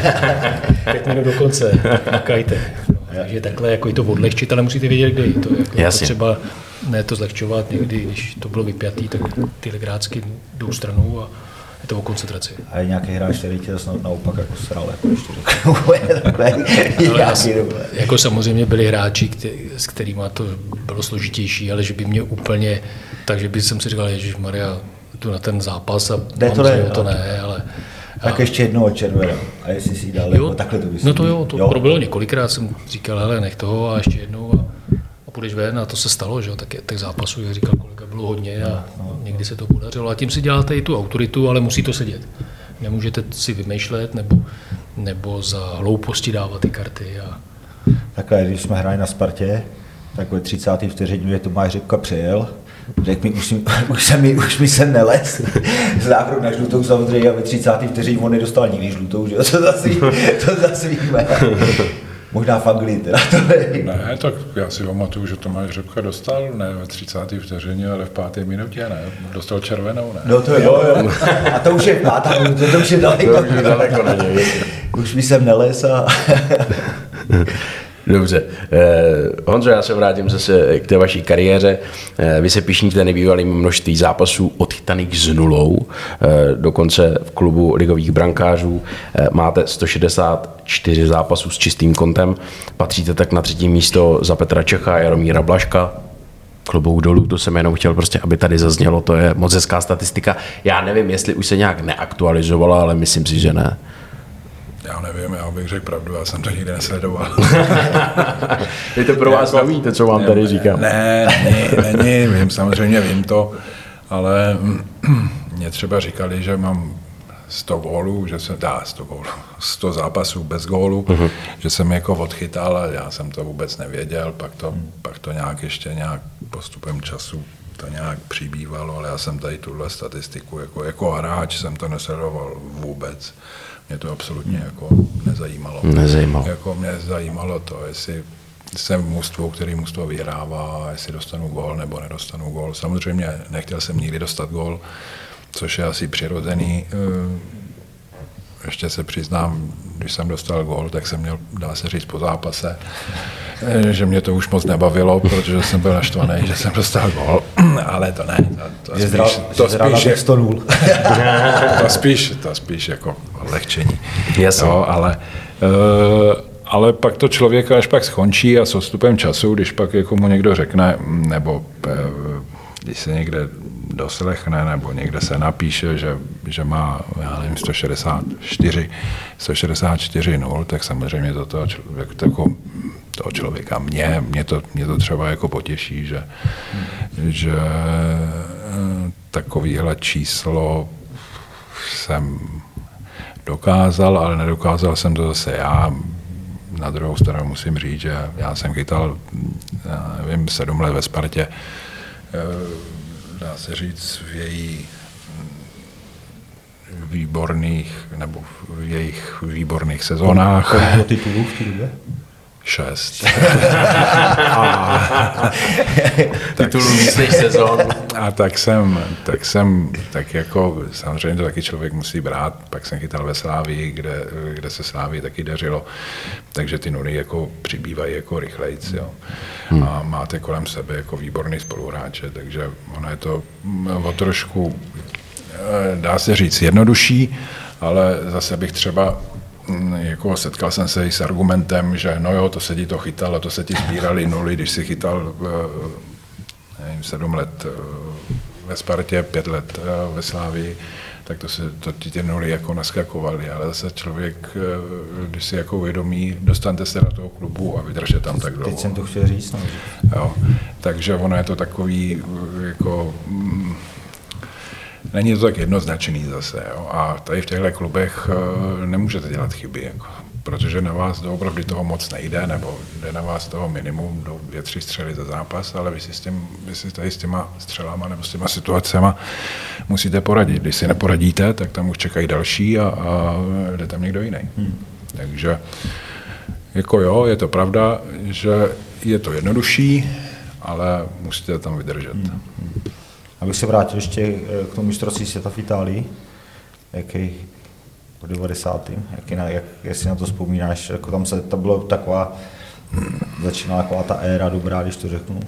5 minut do konce, makajte. No, takže takhle jako je to odlehčit, ale musíte vědět, kde je to. Jako třeba ne to zlehčovat někdy, když to bylo vypjatý, tak ty hráčky jdou stranou a je to o koncentraci. A je nějaký hráč, který tě snad naopak jako sral, jako ještě takhle. Jako samozřejmě byli hráči, s kterými to bylo složitější, ale že by mě úplně, takže by jsem si říkal, ježišmarja, jdu na ten zápas a to ne, ale... Tak ještě jednoho červena, a jestli si dal, jako takhle to bys. No to jo, to probilo několikrát, jsem říkal, hele, nech toho a ještě jednou a půjdeš ven a to se stalo, že jo, tak těch zápasů, jak říkal kolega, bylo hodně a někdy se to podařilo a tím si děláte i tu autoritu, ale musí to sedět. Nemůžete si vymýšlet nebo za hlouposti dávat ty karty. Takhle, když jsme hráli na Spartě, tak ve 30. vteřině Tomáš Řepka přejel, řekl mi, už mi sem nelez, zákrok na žlutou samozřejmě a ve 30. vteřině on nedostal nikdy žlutou, že jo, to zase víme. Možná v Anglii teda to nevím. Ne, tak já si pamatuju, že Tomáš Řepka dostal, ne ve 30. vteřině, ale v 5. minutě, ne? Dostal červenou, ne? No to jo. A to už je v 5. minutě, to už je daleko. Už mi sem nelez a... Dobře. Honzo, já se vrátím zase k té vaší kariéře. Vy se pyšníte nebývalým množství zápasů odchytaných s nulou, dokonce v klubu ligových brankářů. Máte 164 zápasů s čistým kontem. Patříte tak na 3. místo za Petra Čecha a Jaromíra Blažka. Klobouk dolů, to jsem jenom chtěl prostě, aby tady zaznělo, to je moc hezká statistika. Já nevím, jestli už se nějak neaktualizovala, ale myslím si, že ne. Já nevím, já bych řekl pravdu, já jsem to nikdy nesledoval. Je to pro vás nový, to, co vám tady říkám. Není, samozřejmě vím to, ale mě třeba říkali, že mám 100 gólů, 100 zápasů bez gólu, že jsem jako odchytal a já jsem to vůbec nevěděl, pak to nějak postupem času to nějak přibývalo, ale já jsem tady tuhle statistiku jako hráč jsem to nesledoval vůbec. Mě to absolutně jako nezajímalo. Jako mě zajímalo to, jestli jsem mužstvo, který mužstvo vyhrává, jestli dostanu gól nebo nedostanu gól. Samozřejmě nechtěl jsem nikdy dostat gól, což je asi přirozený. Ještě se přiznám, když jsem dostal gól, tak jsem měl, dá se říct, po zápase, že mě to už moc nebavilo, protože jsem byl naštvaný, že jsem dostal gól, ale to ne. To spíš jako lehčení. Jo, ale pak to člověka až pak skončí a s odstupem času, když pak jako mu někdo řekne, nebo když se někde doslechne, nebo někde se napíše, že má, já nevím, 164 0, tak samozřejmě toho člověka. Mě to třeba jako potěší, že takovýhle číslo jsem dokázal, ale nedokázal jsem to zase já. Na druhou stranu musím říct, že já jsem chytal, nevím, 7 let ve Spartě, dá se říct, v její výborných sezónách. Kolik titulů v té době? 6. Titulů víc než sezon. A tak jako samozřejmě to taky člověk musí brát. Pak jsem chytal ve Slávii, kde se Slávii taky dařilo. Takže ty nuly jako přibývají jako rychlejc, jo. A máte kolem sebe jako výborný spoluhráče, takže ono je to o trošku, dá se říct, jednodušší, ale zase bych třeba jako setkal jsem se i s argumentem, že no jo, to se ti to chytalo, to se ti sbírali nuly, když si chytal 7 let ve Spartě, 5 let ve Slávii, tak to ti ty nuly jako naskakovaly, ale zase člověk, když si jako uvědomí, dostanete se do toho klubu a vydržte tam tak dlouho. Teď jsem to chtěl říct. No. Jo, takže ono je to takový jako... Není to tak jednoznačný zase. Jo? A tady v těchto klubech nemůžete dělat chyby, jako, protože na vás doopravdy toho moc nejde, nebo jde na vás toho minimum, do 2-3 střely za zápas, ale vy si tady s těma střelama nebo s těma situacema musíte poradit. Když si neporadíte, tak tam už čekají další a jde tam někdo jiný. Takže jako jo, je to pravda, že je to jednodušší, ale musíte tam vydržet. Abych se vrátil ještě k tomu mistrovství světa v Itálii, jaký v 90. Jestli na to vzpomínáš, jako tam to bylo taková, začínala taková ta éra dobrá, když to řeknu.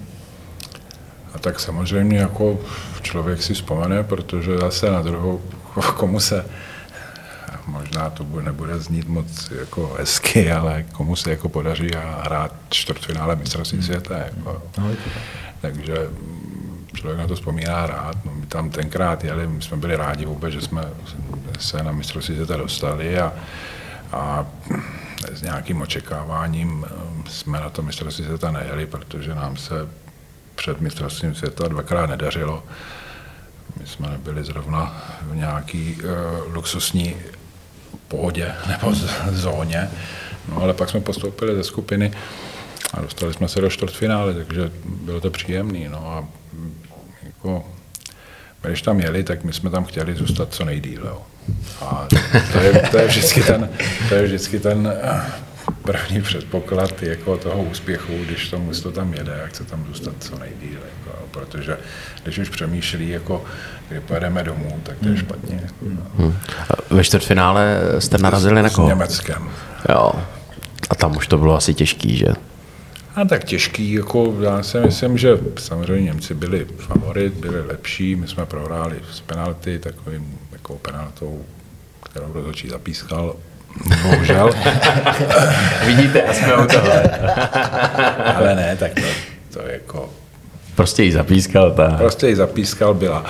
A tak samozřejmě jako člověk si vzpomene, protože zase na druhou, komu se, možná to nebude znít moc jako hezky, ale komu se jako podaří hrát čtvrtfinále mistrovství světa. Jako. Takže člověk na to vzpomíná rád. No, my tam tenkrát jeli, my jsme byli rádi vůbec, že jsme se na mistrovství světa dostali a s nějakým očekáváním jsme na to mistrovství světa nejeli, protože nám se před mistrovstvím světa 2krát nedařilo. My jsme nebyli zrovna v nějaký luxusní pohodě nebo zóně, no ale pak jsme postoupili ze skupiny a dostali jsme se do čtvrtfinále, takže bylo to příjemné. No a jako, když tam jeli, tak my jsme tam chtěli zůstat co nejdýle. Jo. A to je vždycky ten první předpoklad jako toho úspěchu, když to město tam jede, jak chce tam zůstat co nejdýle. Jako, protože když už přemýšlí, jako, kdy pojedeme domů, tak to je špatně. No. Ve čtvrtfinále jste narazili na koho? S Německem. Jo. A tam už to bylo asi těžký, že? A tak těžký, jako já si myslím, že samozřejmě Němci byli favorit, byli lepší, my jsme prohráli z penalty, takovým jako penaltou, kterou rozhodčí zapískal, bohužel. Vidíte, a jsme u toho. Ale ne, tak to jako... Prostě ji zapískal, ta. Prostě ji zapískal, byla.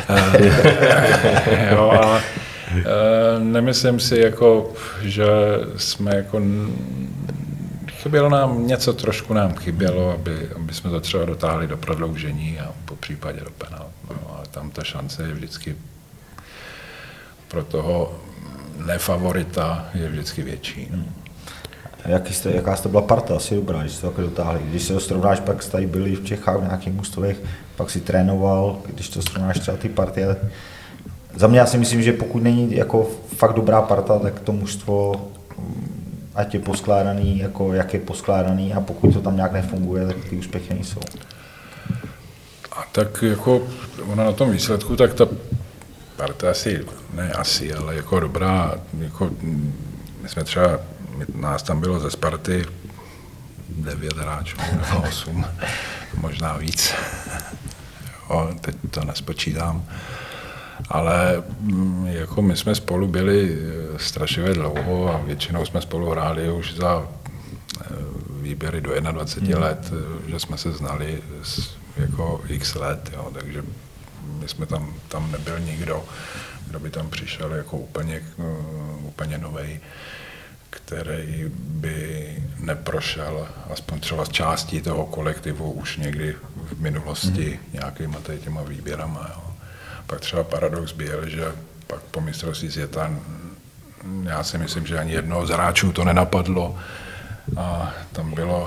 Jo, a nemyslím si, jako, že jsme jako... Chybělo nám něco, trošku nám chybělo, aby jsme to třeba dotáhli do prodloužení a po případě do penalt. No, ale tam ta šance je vždycky pro toho nefavorita je vždycky větší. No. Jaká jste byla parta, asi dobrá, když jste to dotáhli. Když se to srovnáš, pak jste tady byli v Čechách v nějakých mužstvech, pak si trénoval, když to srovnáš třeba ty partie. Za mě já si myslím, že pokud není jako fakt dobrá parta, tak to mužstvo ať je poskládaný, jako jak je poskládaný a pokud to tam nějak nefunguje, tak ty úspěchy nejsou. A tak jako ona na tom výsledku, tak ta parta asi, ale jako dobrá, jako my jsme třeba, nás tam bylo ze Sparty 9 hráčů, 8, možná víc. Jo, teď to nespočítám. Ale jako my jsme spolu byli strašivě dlouho a většinou jsme spolu hráli už za výběry do 21 let, že jsme se znali jako x let, jo, takže my jsme tam nebyl nikdo, kdo by tam přišel jako úplně novej. který by neprošel aspoň třeba z částí toho kolektivu už někdy v minulosti nějakýma těma výběrama. Jo. Pak třeba paradox byl, že pak po mistrovství světa já si myslím, že ani jednoho z hráčů to nenapadlo a tam bylo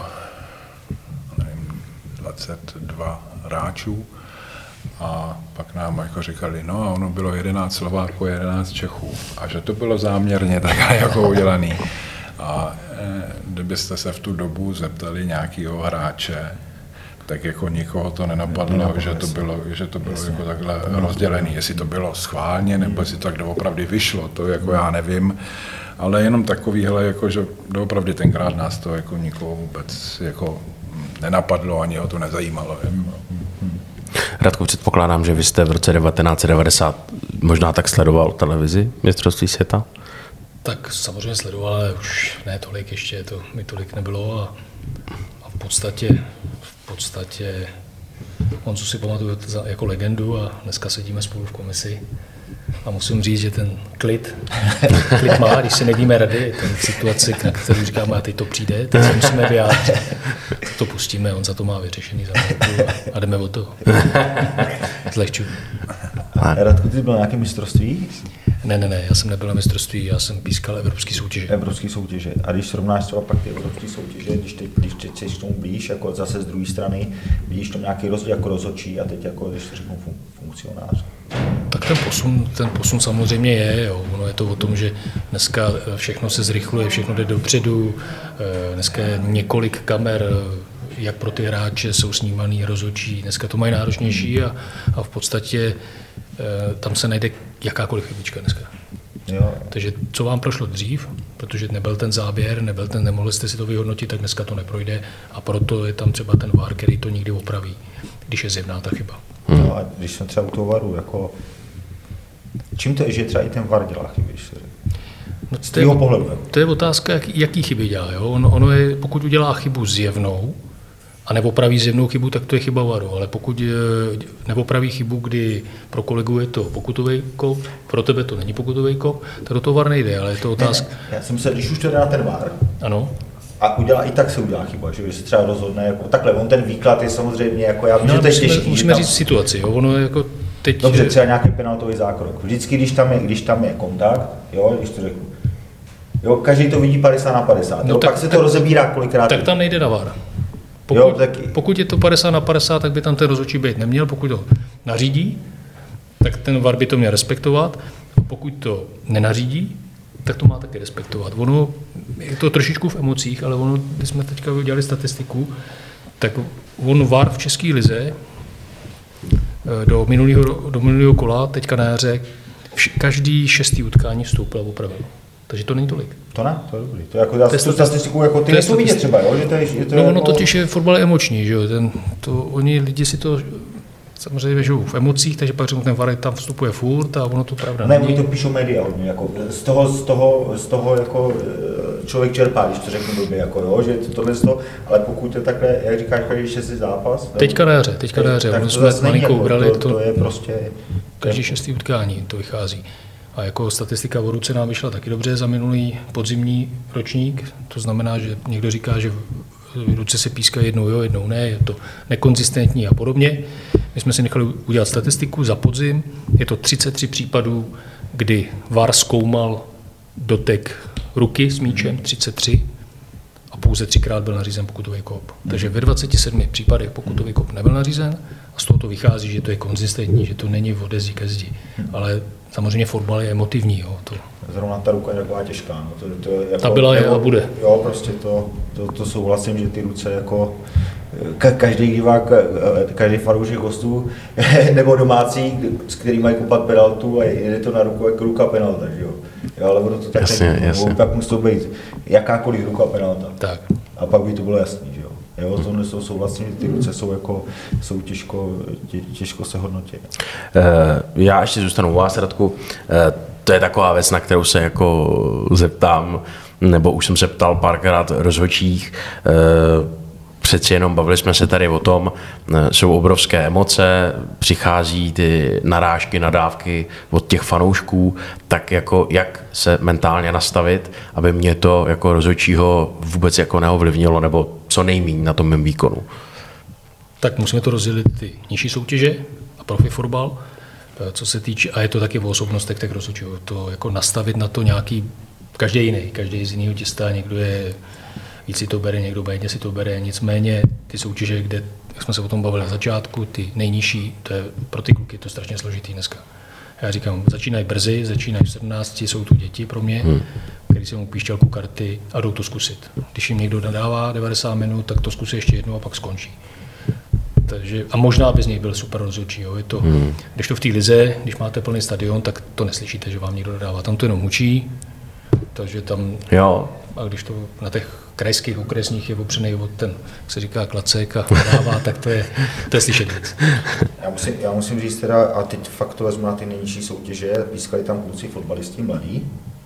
22 hráčů a pak nám jako říkali, no a ono bylo 11 Slováků, 11 Čechů a že to bylo záměrně takhle jako udělaný. A kdybyste se v tu dobu zeptali nějakého hráče, tak jako nikoho to nenapadlo, že to bylo jako takhle rozdělené. Jestli to bylo schválně, nebo jestli to tak doopravdy vyšlo, to jako já nevím. Ale jenom takovýhle, jako, že doopravdy tenkrát nás to jako nikoho vůbec jako nenapadlo, ani ho to nezajímalo. Jako. Radku, předpokládám, že vy jste v roce 1990 možná tak sledoval televizi mistrovství světa? Tak samozřejmě sledoval, ale už ne tolik, ještě to mi tolik nebylo a v podstatě Honzu si pamatuju jako legendu a dneska sedíme spolu v komisi a musím říct, že ten klid má, když se nevíme rady, ten situaci, na kterou říkáme, a teď to přijde, teď se musíme vyjádřit, to pustíme, on za to má vyřešený za a jdeme o to. Zlehčuji. Radku, ty byl na nějaké mistrovství? Ne, já jsem nebyl na mistrovství, já jsem pískal evropské soutěže. Evropské soutěže. A když srovnáš třeba pak ty evropské soutěže, když teď jsi k tomu blíž, jako zase z druhé strany, vidíš tam nějaký rozdíl jako rozhodčí a teď jako, když to řeknu funkcionář. Tak ten posun samozřejmě je. Jo. Ono je to o tom, že dneska všechno se zrychluje, všechno jde dopředu, dneska je několik kamer, jak pro ty hráče jsou snímaný rozhodčí, dneska to mají náročnější a v podstatě tam se najde jakákoliv chybička dneska. Jo. Takže co vám prošlo dřív, protože nebyl ten záběr, nemohli jste si to vyhodnotit, tak dneska to neprojde a proto je tam třeba ten VAR, který to nikdy opraví, když je zjevná ta chyba. No a když jsem třeba u toho VARu, jako čím to je, že třeba i ten VAR dělá chyby? No, z tvého pohledu. To je otázka, jaký chyby dělá. Jo? Ono je, pokud udělá chybu zjevnou a neopraví zjevnou chybu, tak to je chyba VARu. Ale pokud neopraví chybu, kdy pro kolegu je to pokutový kop, pro tebe to není pokutový kop, tak do toho VAR nejde, ale je to otázka. Ne. Já jsem se, když už to jde na ten VAR, ano. a udělá, i tak se udělá chyba, že se třeba rozhodne, jako, takhle, on ten výklad je samozřejmě, jako já vím, že to je těžký. Musíme říct situaci, jo? Ono je jako teď... Dobře, třeba nějaký penaltový zákrok. Vždycky, když tam je kontakt, jo, když to řeknu, jo, každý to vidí 50/50, no, tak, pak se to rozebírá kolikrát. Tak tam nejde na VAR. Pokud je to 50/50, tak by tam ten rozhodčí být neměl, pokud to nařídí, tak ten VAR by to měl respektovat, a pokud to nenařídí, tak to má taky respektovat. Ono je to trošičku v emocích, ale ono, když jsme teďka udělali statistiku, tak on VAR v české lize do minulého kola, teďka na jaře, každý 6. utkání vstoupil a opravil. Takže to není tolik. To ne, to je dobrý. To jako tu statistiku jako ty nejsou vidět třeba, jo? Že to je no jako... ono totiž je fotbal emoční, že jo? Oni lidi si to samozřejmě žijou v emocích, takže pak ten VAR tam vstupuje furt a ono to pravda není. Ne, to píšou média hodně, jako z toho jako člověk čerpá, když to řeknu blbě, jako jo, že tohle to, ale pokud je takhle, jak říkáš, každý 6. zápas. Teďka na jaře, ono jsme s malinkou ubrali, to je prostě... Každý 6. utkání to vychází. A jako statistika o ruce nám vyšla taky dobře za minulý podzimní ročník, to znamená, že někdo říká, že ruce se pískají jednou jo, jednou ne, je to nekonzistentní a podobně. My jsme si nechali udělat statistiku za podzim, je to 33 případů, kdy VAR zkoumal dotek ruky s míčem, 33, a pouze 3krát byl nařízen pokutový kop. Takže ve 27 případech pokutový kop nebyl nařízen a z toho to vychází, že to je konzistentní, že to není ode zdi ke zdi. Ale samozřejmě fotbal je emotivní. Jo, to. Zrovna ta ruka je taková těžká. No. To jako, ta byla je a bude. Jo, prostě to souhlasím, že ty ruce jako každý divák, každý fanoušek hostů nebo domácí, s kterým mají kopat penaltu a jede to na ruku jako ruka penalta, že jo. Jo, ale ono to tak není. Pak musí to být jakákoliv ruka penalta. Tak. A pak by to bylo jasný, že jo. Jo, tohle souhlasím, že ty ruce jsou těžko se hodnotit. Já ještě zůstanu u vás, Radku. To je taková věc, na kterou se jako zeptám, nebo už jsem se ptal párkrát rozhodčích. přeci jenom bavili jsme se tady o tom, jsou obrovské emoce, přichází ty narážky, nadávky od těch fanoušků, tak jako jak se mentálně nastavit, aby mě to jako rozhodčího vůbec jako neovlivnilo, nebo co nejméně na tom mém výkonu. Tak musíme to rozdělit ty nižší soutěže a profi fotbal. Co se týče, a je to taky o osobnostech, tak rozhodčího, to jako nastavit na to nějaký, každý jiný, každý z jiného těsta, někdo je víc si to bere, někdo méně si to bere, nicméně ty soutěže, kde, jak jsme se o tom bavili na začátku, ty nejnižší, to je pro ty kluky to strašně složitý dneska. Já říkám, začínají brzy, začínají v 17, jsou tu děti pro mě, který si mu píšťalku karty a jdou to zkusit. Když jim někdo nadává 90 minut, tak to zkusí ještě jednou a pak skončí. Takže, a možná by z něj byl super rozhodčí. Jo. Je to, když to v té lize, když máte plný stadion, tak to neslyšíte, že vám někdo dodává. Tam to jenom hučí, takže tam, Jo. a když to na těch krajských okresních je opřený od ten, jak se říká, klacek a dává, tak to je slyšet víc. Já musím říct teda, a teď fakt to vezmu na ty nejnižší soutěže, pískali tam kluci fotbalisti mladí,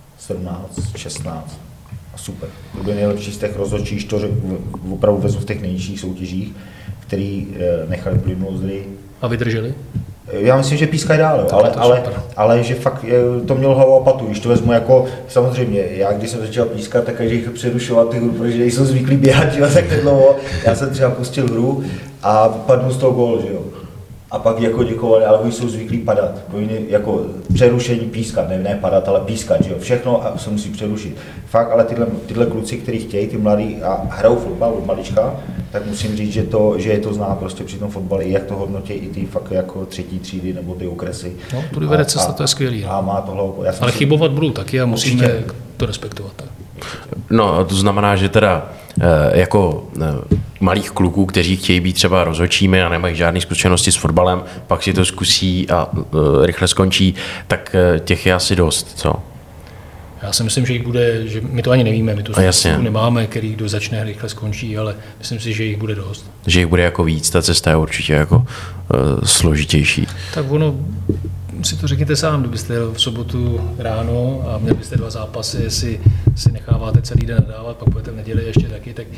17, 16, a super. To byl nejlepší z těch rozhodčích, to opravdu vezmu v těch nejnižších soutěžích, který nechali plynout zdy. A vydrželi? Já myslím, že pískají dál, ale že fakt to mělo hlavu a patu, když to vezmu jako, samozřejmě, já když jsem začal pískat, tak každý přerušoval ty hru, protože nejsou zvyklí běhat, že tak dlouho, já jsem třeba pustil hru a padnul z toho gól, že jo. A pak jako děkovali, ale oni jsou zvyklí padat, jako přerušení pískat, ne padat, ale pískat, že jo, všechno a se musí přerušit. Fakt, ale tyhle kluci, kteří chtějí, ty mladí a hrajou fotbal od malička, tak musím říct, že je to zná prostě při tom fotbale, i jak to hodnotí i ty fakt jako třetí třídy nebo ty okresy. No, tudy vede cesta, to je skvělý. A má to hlavu. Ale chybovat budou taky a musíme to respektovat. No, to znamená, že teda jako malých kluků, kteří chtějí být třeba rozhodčími a nemají žádné zkušenosti s fotbalem, pak si to zkusí a rychle skončí, tak těch je asi dost, co? Já si myslím, že jich bude, že my to ani nevíme, my tu nemáme, který kdo začne rychle skončí, ale myslím si, že jich bude dost. Že jich bude jako víc, ta cesta je určitě jako složitější. Tak ono, si to řekněte sám, kdybyste jel v sobotu ráno a měli byste 2 zápasy, jestli si necháváte celý den nadávat, pak budete v neděli ještě taky, tak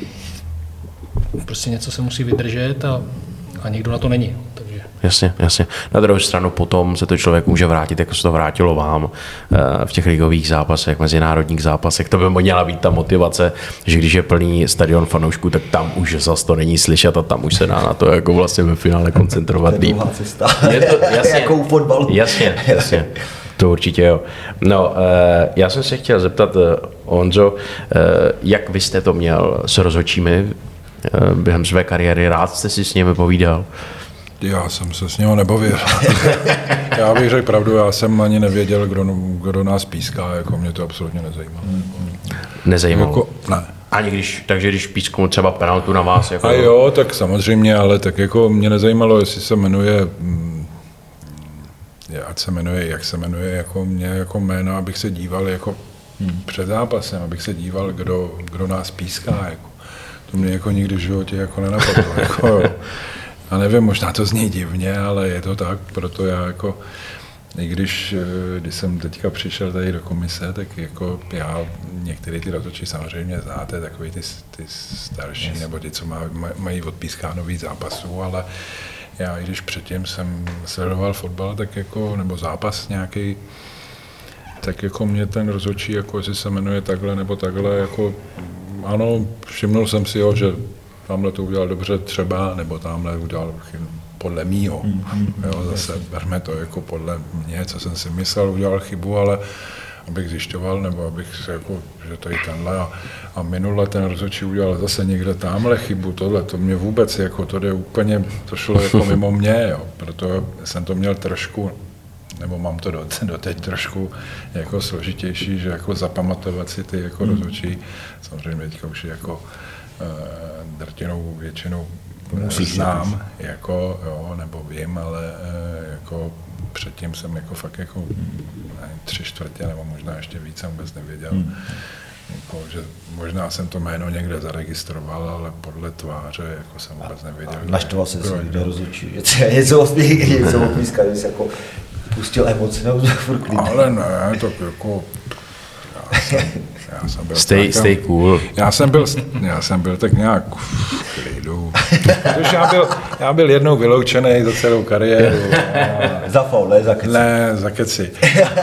prostě něco se musí vydržet a někdo na to není. Takže. Jasně. Na druhou stranu potom se to člověk může vrátit, jako se to vrátilo vám v těch ligových zápasech, mezinárodních zápasech. To by měla být ta motivace, že když je plný stadion fanoušků, tak tam už zase to není slyšet a tam už se dá na to jako vlastně ve finále koncentrovat líp. Je to jasně, jako u fotbalu. Jasně. To určitě jo. No, já jsem se chtěl zeptat, Honzo, jak vy jste to měl s rozhodčími během své kariéry? Rád jste si s nimi povídal? Já jsem se s něho nebavil. Já bych řekl pravdu, já jsem ani nevěděl, kdo nás píská, jako mě to absolutně nezajímalo. Nezajímalo? Jako, ne. Ani když písknul třeba penaltu na vás? Jako... A jo, tak samozřejmě, ale tak jako mě nezajímalo, jestli se jmenuje, ať se jmenuje, jak se jmenuje, jako mě jako jméno, abych se díval jako před zápasem, abych se díval, kdo nás píská. Jako. To mě jako nikdy v životě jako nenapadlo. Jako, a nevím, možná to zní divně, ale je to tak, proto já jako, i když jsem teďka přišel tady do komise, tak jako já, některé ty rozhodčí samozřejmě znáte, takový ty starší, nebo ti, co mají odpískáno víc zápasů, ale já, i když předtím jsem sledoval fotbal, tak jako, nebo zápas nějaký, tak jako mě ten rozhodčí, jako jestli se jmenuje takhle nebo takhle, jako ano, všimnul jsem si ho, že tamhle to udělal dobře třeba, nebo tamhle udělal podle mýho. Jo, zase berme to jako podle mě, co jsem si myslel, udělal chybu, ale abych zjišťoval, nebo abych se jako, že tady tenhle a minule ten rozhodčí udělal zase někde tamhle chybu, tohle, to mě vůbec jako, to jde úplně, to šlo jako mimo mě, jo, proto jsem to měl trošku, nebo mám to doteď trošku jako složitější, že jako zapamatovat si ty jako rozhodčí, samozřejmě teďka už jako drtinou většinou znám, jako, jo, nebo vím, ale jako předtím jsem jako fakt jako 3/4 nebo možná ještě víc jsem vůbec nevěděl. Jako, že možná jsem to jméno někde zaregistroval, ale podle tváře jako jsem vůbec nevěděl. Naštval se si někde rozhodčí, že něco opískat, že jsi jako pustil emoce nebo furt klidný. Ale ne, tak jako Já jsem byl Stay cool. Já jsem byl tak nějak v klidu. Protože já byl jednou vyloučený za celou kariéru. Za faul, ne za keci. Ne, za keci.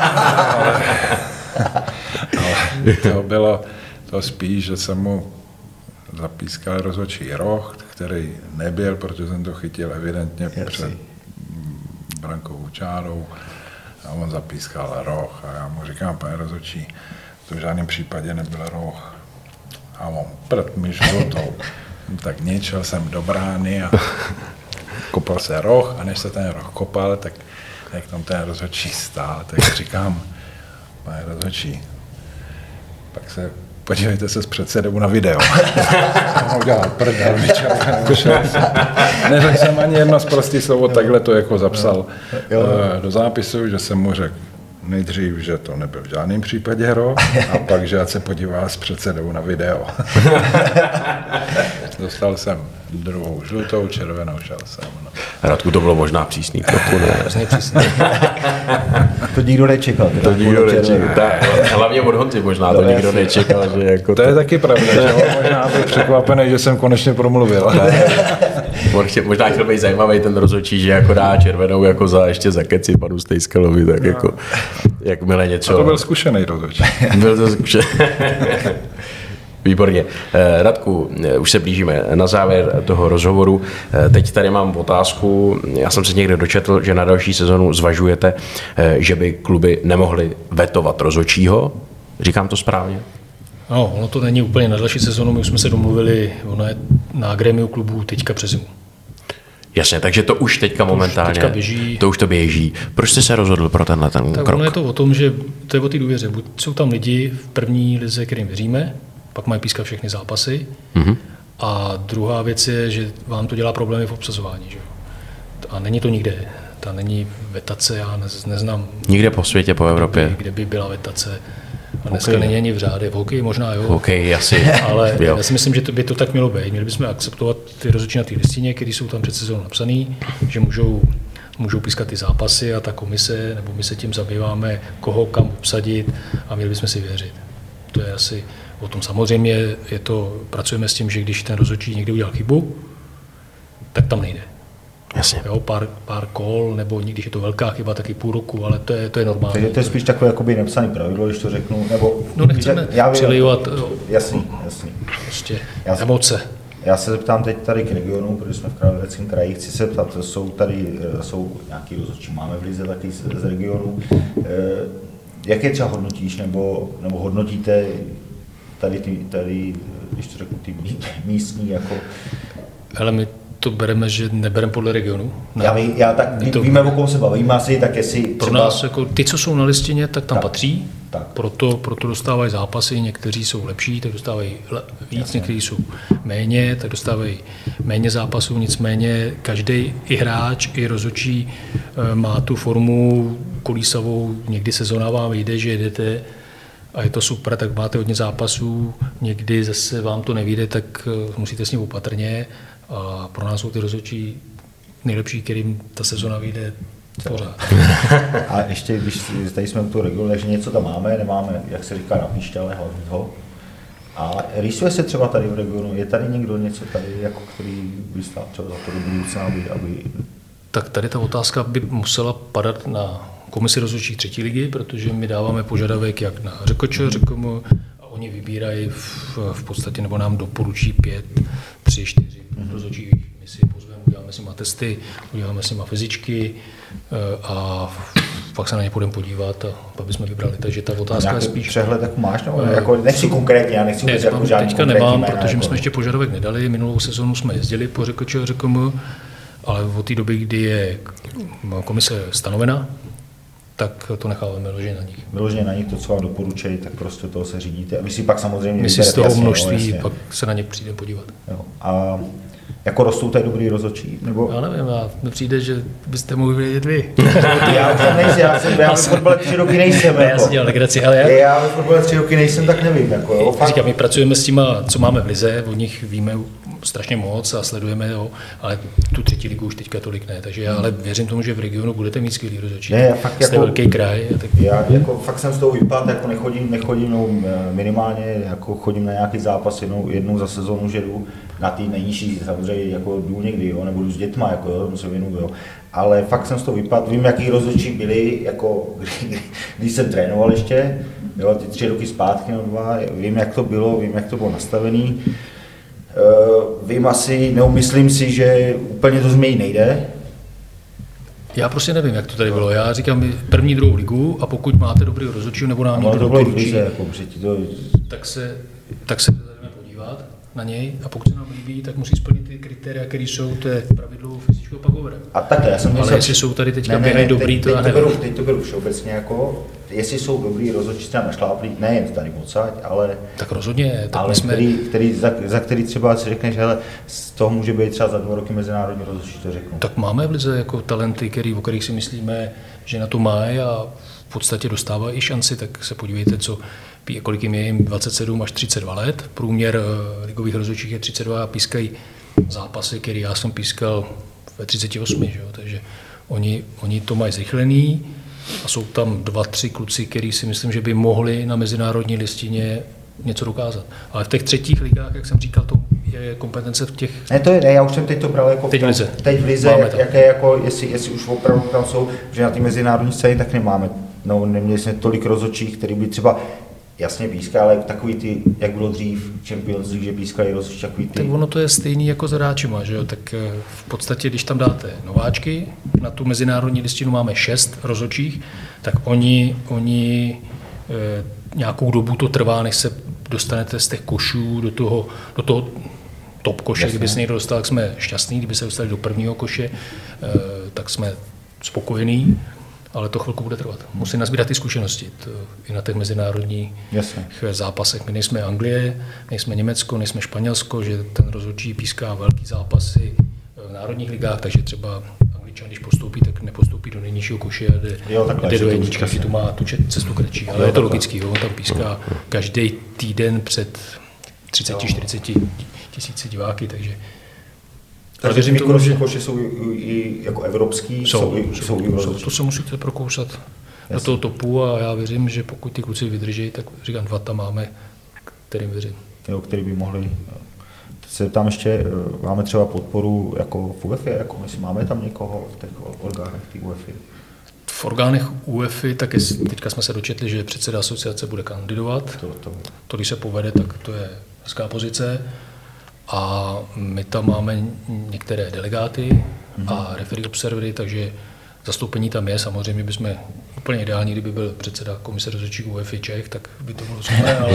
ale to bylo to spíš, že jsem mu zapískal rozhodčí roh, který nebyl, protože jsem to chytil evidentně před brankovou čárou a on zapískal roh a já mu říkám, pane rozhodčí, to v žádném případě nebyl roh. A on prd mi žlutou. Tak ničel jsem do brány a kopal se roh a než se ten roh kopal, tak jak tam ten rozhodčí stál, tak říkám, pane rozhodčí, pak se podívejte se s předsedou na video. On udělal prdel, neřekl jsem ani jedno zprostý slovo, takhle to jako zapsal do zápisu, že jsem mu řekl nejdřív, že to nebyl v žádném případě roh, a pak, že ať se podívá s předsedou na video. Dostal jsem druhou žlutou, červenou, šel jsem. No. Radku, to bylo možná přísný trochu, ne? To nikdo nečekal. To nikdo nečekal. Hlavně od Honzy možná to nikdo nečekal. Že jako to je taky pravda, že možná byl překvapený, že jsem konečně promluvil. Možná chtěl být zajímavý ten rozhodčí, že jako dá červenou jako ještě za keci panu Stejskalovi, tak jako jakmile něco... A to byl zkušený rozhodčí. Byl to zkušený. Výborně. Radku, už se blížíme na závěr toho rozhovoru. Teď tady mám otázku. Já jsem se někde dočetl, že na další sezonu zvažujete, že by kluby nemohly vetovat rozhodčího. Říkám to správně? No, ono to není úplně na další sezonu. My už jsme se domluvili, ono je na grémiu klubů teďka přes zimu. Jasně, takže to už teďka momentálně, teďka běží. To už to běží. Proč jste se rozhodl pro tenhle ten tak krok? Ono je to o tom, že to je o té důvěře. Buď jsou tam lidi v první lize, kterým věříme, pak mají pískat všechny zápasy. Mm-hmm. A druhá věc je, že vám to dělá problémy v obsazování. Že? A není to nikde. Ta není vetace, já neznám. Nikde po světě, po Evropě. Kde by byla vetace. A dneska není ani v řádech. V hokeji možná jo. Hokej asi. Ale já si myslím, že by to tak mělo být. Měli bychom akceptovat ty rozhodčí na té listině, které jsou tam před sezónou napsaný, že můžou pískat ty zápasy a ta komise, nebo my se tím zabýváme, koho kam obsadit a měli bychom si věřit. To je asi o tom. Samozřejmě pracujeme s tím, že když ten rozhodčí někdy udělal chybu, tak tam nejde. Jasně. Jo, pár kol, nebo když je to velká chyba, taky půl roku, ale to je normální. Takže to je spíš takové jakoby nepsané pravidlo, když to řeknu, nebo... No nechceme přilejovat jasný. Prostě emoce. Já se zeptám teď tady k regionu, protože jsme v Královéhradeckém kraji, chci se ptat, jsou nějaký rozhodčí, máme v lize taky z regionu. Jak je třeba hodnotíš, nebo hodnotíte tady, když to řeknu, ty místní jako... Hele, my to bereme, že nebereme podle regionu. Ne. Já tak víme, o kom se bavíme asi, tak jestli pro třeba... nás, jako ty, co jsou na listině, tak tam tak, patří, tak. Proto dostávají zápasy, někteří jsou lepší, tak dostávají víc, někteří jsou méně, tak dostávají méně zápasů, nicméně každý i hráč, i rozhodčí má tu formu kolísavou, někdy sezóna vám vyjde, že jedete a je to super, tak máte hodně zápasů, někdy zase vám to nevyjde, tak musíte s ním opatrně. A pro nás jsou ty rozhodčí nejlepší, kterým ta sezona vyjde pořád. A ještě, když tady jsme u toho regionu, takže něco tam nemáme, jak se říká, na píště, ale hlavního. A rýsuje se třeba tady v regionu, je tady někdo něco tady, jako který by stál třeba za to do budoucna, aby... Tak tady ta otázka by musela padat na komisi rozhodčích třetí ligy, protože my dáváme požadavek jak na ŘKČ, ŘKM, a oni vybírají v podstatě, nebo nám doporučí 5, 3, 4 rozhodčích. My si pozveme, uděláme si testy, uděláme si fyzičky a pak se na ně půjdeme podívat a pak bychom vybrali. Takže ta otázka je spíš... Přehled jako máš? Nebo jako, nechci konkrétně, já nechci vůbec jako žádný teďka nemám, jména, protože my jako... jsme ještě požadavek nedali. Minulou sezonu jsme jezdili po ŘKČ a ŘKM, ale od té doby, kdy je komise stanovena, tak to necháváme vyloženě na nich. Vyloženě na nich, to, co vám doporučují, tak prostě toho se řídíte. A vy si pak samozřejmě... My si z toho množství pak se na ně přijdeme podívat. Jo. A Jako rostou tady dobrý rozhodčí? Nebo... Já nevím, mi přijde, že byste mohli vědět vy. Já tam nejsem, já ve fotbale 3 roky nejsem. Ne, já si dělal legraci, ale já ve fotbale 3 roky nejsem, tak nevím. Jako, jo, říkám, my pracujeme s těma, co máme v lize, od nich víme strašně moc a sledujeme ho, ale tu 3. ligu už teďka tolik ne, takže já ale věřím tomu, že v regionu budete mít skvělý rozhodčí. Jste jako, velký kraj. Tak... Já jako fakt jsem z toho vypadl, jako nechodím no, minimálně, jako chodím na nějaký zápas jednou za sezónu, že jdu na ty nejnižší, samozřejmě jako jdu někdy, jo, nebo jdu s dětma, jako jo, se věnuju, jo. Ale fakt jsem z toho vypadl, vím, jaký rozhodčí byli, jako když jsem trénoval ještě, jo, ty 3 roky zpátky nebo 2, vím, jak to bylo nastavený. Vím asi, myslím si, že úplně to změnit nejde. Já prostě nevím, jak to tady bylo. Já říkám 1., 2. ligu a pokud máte dobrý rozhodčí nebo nám někdo doporučí, tak se jdeme podívat na něj a pokud se nám líbí, tak musí splnit ty kritéria, které jsou, to je pravidlo fyzického pagovera. A takhle, já jsem ale jestli jsou tady teďka běhají dobrý, to já nevím. Teď to beru všeobecně jako, jestli jsou dobrý rozhodčí, třeba našláplí, nejen tady odsaď, ale... Tak rozhodně. Tak ale jsme... za který třeba si řekneš, hele, z toho může být třeba za 2 roky mezinárodní rozhodčí, to řeknu. Tak máme v lize jako talenty, o kterých si myslíme, že na to mají a v podstatě dostávají i šanci, tak se podívejte, kolik jim je 27 až 32 let. Průměr ligových rozhodčích je 32 a pískají zápasy, které já jsem pískal ve 38, že jo? Takže oni to mají zrychlený a jsou tam 2-3 kluci, který si myslím, že by mohli na mezinárodní listině něco dokázat. Ale v těch 3. ligách, jak jsem říkal, to je kompetence v těch... Ne, já už jsem teď to bral jako teď v lize, jaké jako, jestli už opravdu tam jsou, že na té mezinárodní scéně tak nemáme. No, neměli jsme tolik rozhodčích, který by třeba jasně pískali, ale takový ty, jak bylo dřív Champions League, že pískali rozhodčí takový ty... Tak ono to je stejný jako s hráčima, že jo? Tak v podstatě, když tam dáte nováčky, na tu mezinárodní listinu máme 6 rozhodčích, tak oni nějakou dobu to trvá, než se dostanete z těch košů do toho top koše. Jasně. Kdyby se někdo dostal, tak jsme šťastní, kdyby se dostali do 1. koše, tak jsme spokojení. Ale to chvilku bude trvat. Musí nazbírat ty zkušenosti i na těch mezinárodních zápasech. My nejsme Anglie, nejsme Německo, nejsme Španělsko, že ten rozhodčí píská velký zápasy v národních ligách, takže třeba Angličan, když postoupí, tak nepostoupí do nejnižšího koše a jde do jedničky, si tu má tu cestu kratší. Ale je to logický, on tam píská každý týden před 30-40 tisíci diváky, takže... Takže mikroční koše jsou i jako evropský, jsou to se musíte prokousat do toho topu a já věřím, že pokud ty kluci vydrží, tak říkám, 2 tam máme, kterým věřím. Jo, který by mohli. Se tam ještě, máme třeba podporu jako v UEFA, jako my máme tam někoho v těch orgánech té UEFA? V orgánech UEFA, tak teďka jsme se dočetli, že předseda asociace bude kandidovat. To když se povede, tak to je hezká pozice. A my tam máme některé delegáty a referee observery, takže zastoupení tam je. Samozřejmě bychom úplně ideální, kdyby byl předseda komise rozhodčích UEFA Čech, tak by to bylo super, ale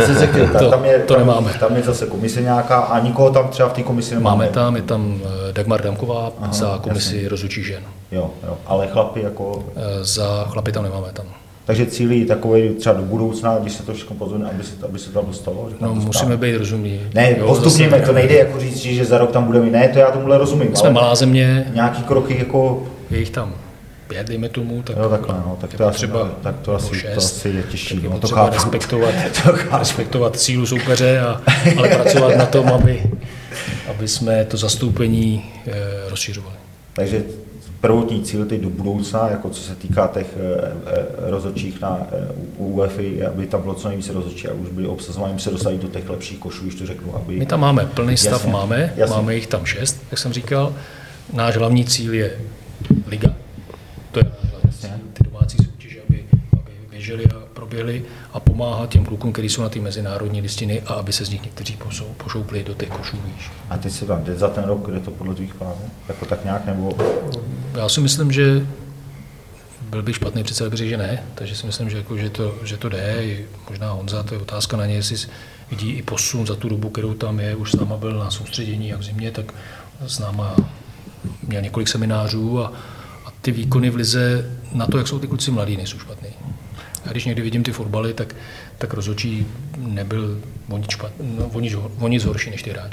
to nemáme. Tam je zase komise nějaká a nikoho tam třeba v té komisi nemáme. Je tam Dagmar Damková za komisi rozhodčích žen. Jo, ale chlapi jako... Za chlapy tam nemáme tam. Takže cílí takové třeba do budoucna, když se to všechno pozorně, aby se tam dostalo? No, musíme být rozumní. Ne, postupněme, to nejde jako říct, že za rok tam budeme. Ne, to já tomuhle rozumím. Jsme malá země. Nějaký kroky jako... Je jich tam 5, dejme tomu. Tak, jo, takhle, no, tak to asi je těžší. Tak je potřeba respektovat sílu soupeře, ale pracovat na tom, aby jsme to zastoupení rozšiřovali. Takže prvotní cíl teď do budoucna, jako co se týká těch rozhodčích na UEFA, aby tam bylo co nejvíce rozhodčí a už byli obsazovaní, se dostali do těch lepších košů, když to řeknu. Aby... My tam máme plný stav, máme jich tam 6, jak jsem říkal. Náš hlavní cíl je liga. To je ty domácí soutěže, aby běželi a proběhli a pomáhat těm klukům, kteří jsou na té mezinárodní listiny a aby se z nich někteří pošoupli do těch košů výš. A teď se tam jde za ten rok, kde to podle tvých plánů? Jako tak nějak nebo... Já si myslím, že byl bych špatný předseda, bych řekl, že ne, takže si myslím, že to jde. Možná Honza, to je otázka na ně, jestli vidí i posun za tu dobu, kterou tam je, už s náma byl na soustředění jak v zimě, tak s náma měl několik seminářů a ty výkony v lize na to, jak jsou ty kluci mladí, nejsou špatný. A když někdy vidím ty fotbaly, tak rozhodčí nebyl o nic horší než ty hráči.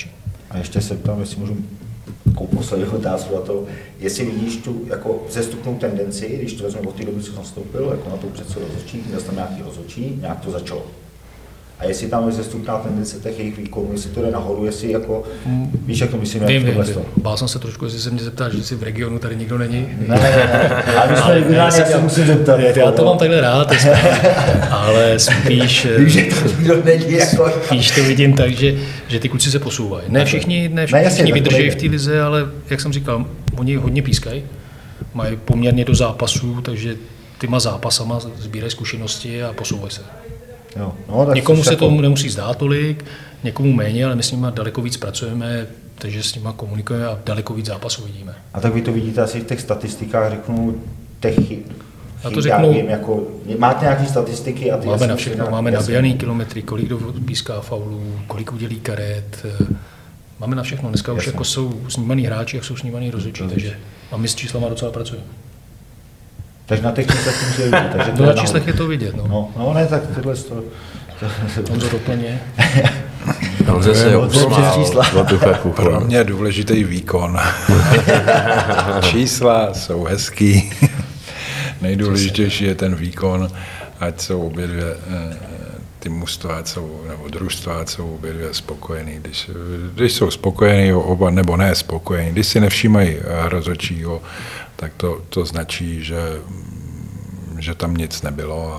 A ještě se ptám, jestli můžu poslední otázku na to, jestli vidíš tu jako zestupnou tendenci, když to vezmu od té doby, co nastoupil, jako na tou předsedu rozhodčí, měl tam nějaký rozhodčí, nějak to začalo. A jestli tam je zestupná tendence těch jejich výkonů, jestli to jde nahoru, jestli jako, víš, jak to myslím, jak tohle to. Bál jsem se trošku, jestli se mě zeptáš, že jsi v regionu tady nikdo není. Ne. Ale my jsme regionálně, jak se musím zeptat. Já to mám takhle rád, ale spíš, spíš to vidím tak, že ty kluci se posouvají. Ne všichni vydrží v té lize, ale jak jsem říkal, oni hodně pískají, mají poměrně do zápasů, takže tyma zápasama sbírají zkušenosti a posouvají se. Jo, no, někomu se to nemusí zdát tolik, někomu méně, ale my s nimi daleko víc pracujeme, takže s nimi komunikujeme a daleko víc zápasů vidíme. A tak vy to vidíte asi v těch statistikách, řeknu, těch chyb. Jako, máte nějaké statistiky? A ty máme na všechno, máme nabíjaný kilometry, kolik kdo píská faulů, kolik udělí karet, máme na všechno. Dneska už jako jsou snímaný hráči, jak jsou snímaný rozhodčí, takže a my s číslama docela pracujeme. Takže na těch číslech musí vidět. Takže na číslech je to vidět, no. No ne, tak tyhle to... On to doplně. On se obsmál za tu chvilku. Pro mě je důležitý výkon. Čísla jsou hezký. Nejdůležitější je ten výkon, ať jsou obě dvě ty mužstva, nebo družstva, jsou obě dvě spokojený. Když jsou spokojení oba, nebo ne spokojení, když si nevšímají rozhodčího, tak to značí, že tam nic nebylo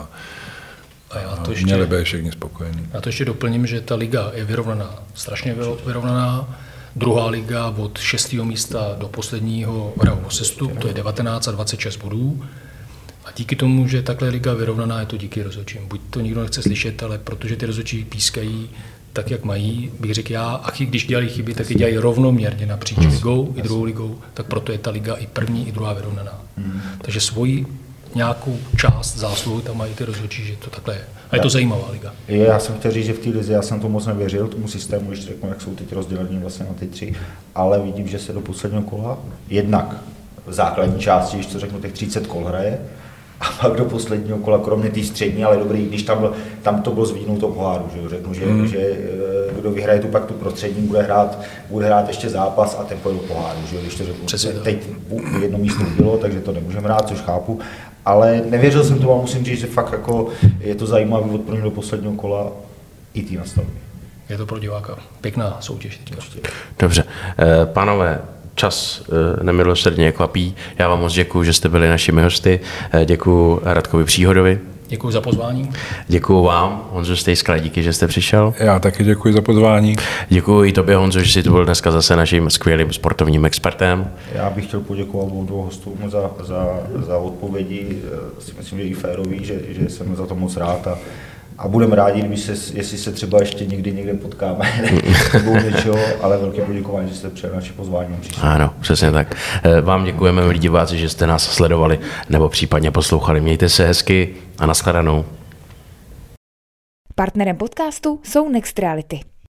a měli by všichni spokojení. Já to ještě doplním, že ta liga je vyrovnaná, strašně vyrovnaná. Druhá liga od 6. místa do posledního sestup, to je 19 a 26 bodů. A díky tomu, že takhle liga vyrovnaná, je to díky rozhodčím. Buď to nikdo nechce slyšet, ale protože ty rozhodčí pískají tak, jak mají, bych řekl já, a když dělají chyby, tak je dělají rovnoměrně napříč ligou i druhou ligou, tak proto je ta liga i první, i druhá vyrovnaná. Takže svoji nějakou část zásluhy tam mají ty rozhodčí, že to takhle je. A je to zajímavá liga. Já jsem chtěl říct, že v té lize já jsem to moc nevěřil, tomu systému, když řeknu, jak jsou teď rozdělení vlastně na ty tři, ale vidím, že se do posledního kola jednak v základní části, když to řeknu, těch 30 kol hraje, a pak do posledního kola, kromě té střední, ale dobrý, když tam to bylo s výjinou toho poháru, že řeknu, že kdo vyhraje tu pak tu prostřední, bude hrát ještě zápas a ten pojde do poháru, že když to řeknu. Teď jedno místo bylo, takže to nemůžeme hrát, což chápu, ale nevěřil jsem to, ale musím říct, že fakt jako je to zajímavé od prvního do posledního kola i tý nastavení. Je to pro diváka pěkná soutěž teďka. Dobře, pánové, čas nemilosrdně kvapí. Já vám moc děkuju, že jste byli našimi hosty. Děkuju Radkovi Příhodovi. Děkuji za pozvání. Děkuju vám, Honzo Stejskal, díky, že jste přišel. Já taky děkuji za pozvání. Děkuju i tobě, Honzo, že jsi tu byl dneska zase naším skvělým sportovním expertem. Já bych chtěl poděkovat obou dvou hostům za odpovědi. Si myslím, že i férový, že jsem za to moc rád a budeme rádi, jestli se třeba ještě někde potkáme nebo něčeho, ale velké poděkování, že jste přijali naše pozvání. Ano, přesně tak. Vám děkujeme, milí diváci, že jste nás sledovali nebo případně poslouchali. Mějte se hezky a nashledanou. Partnerem podcastu jsou Next Reality.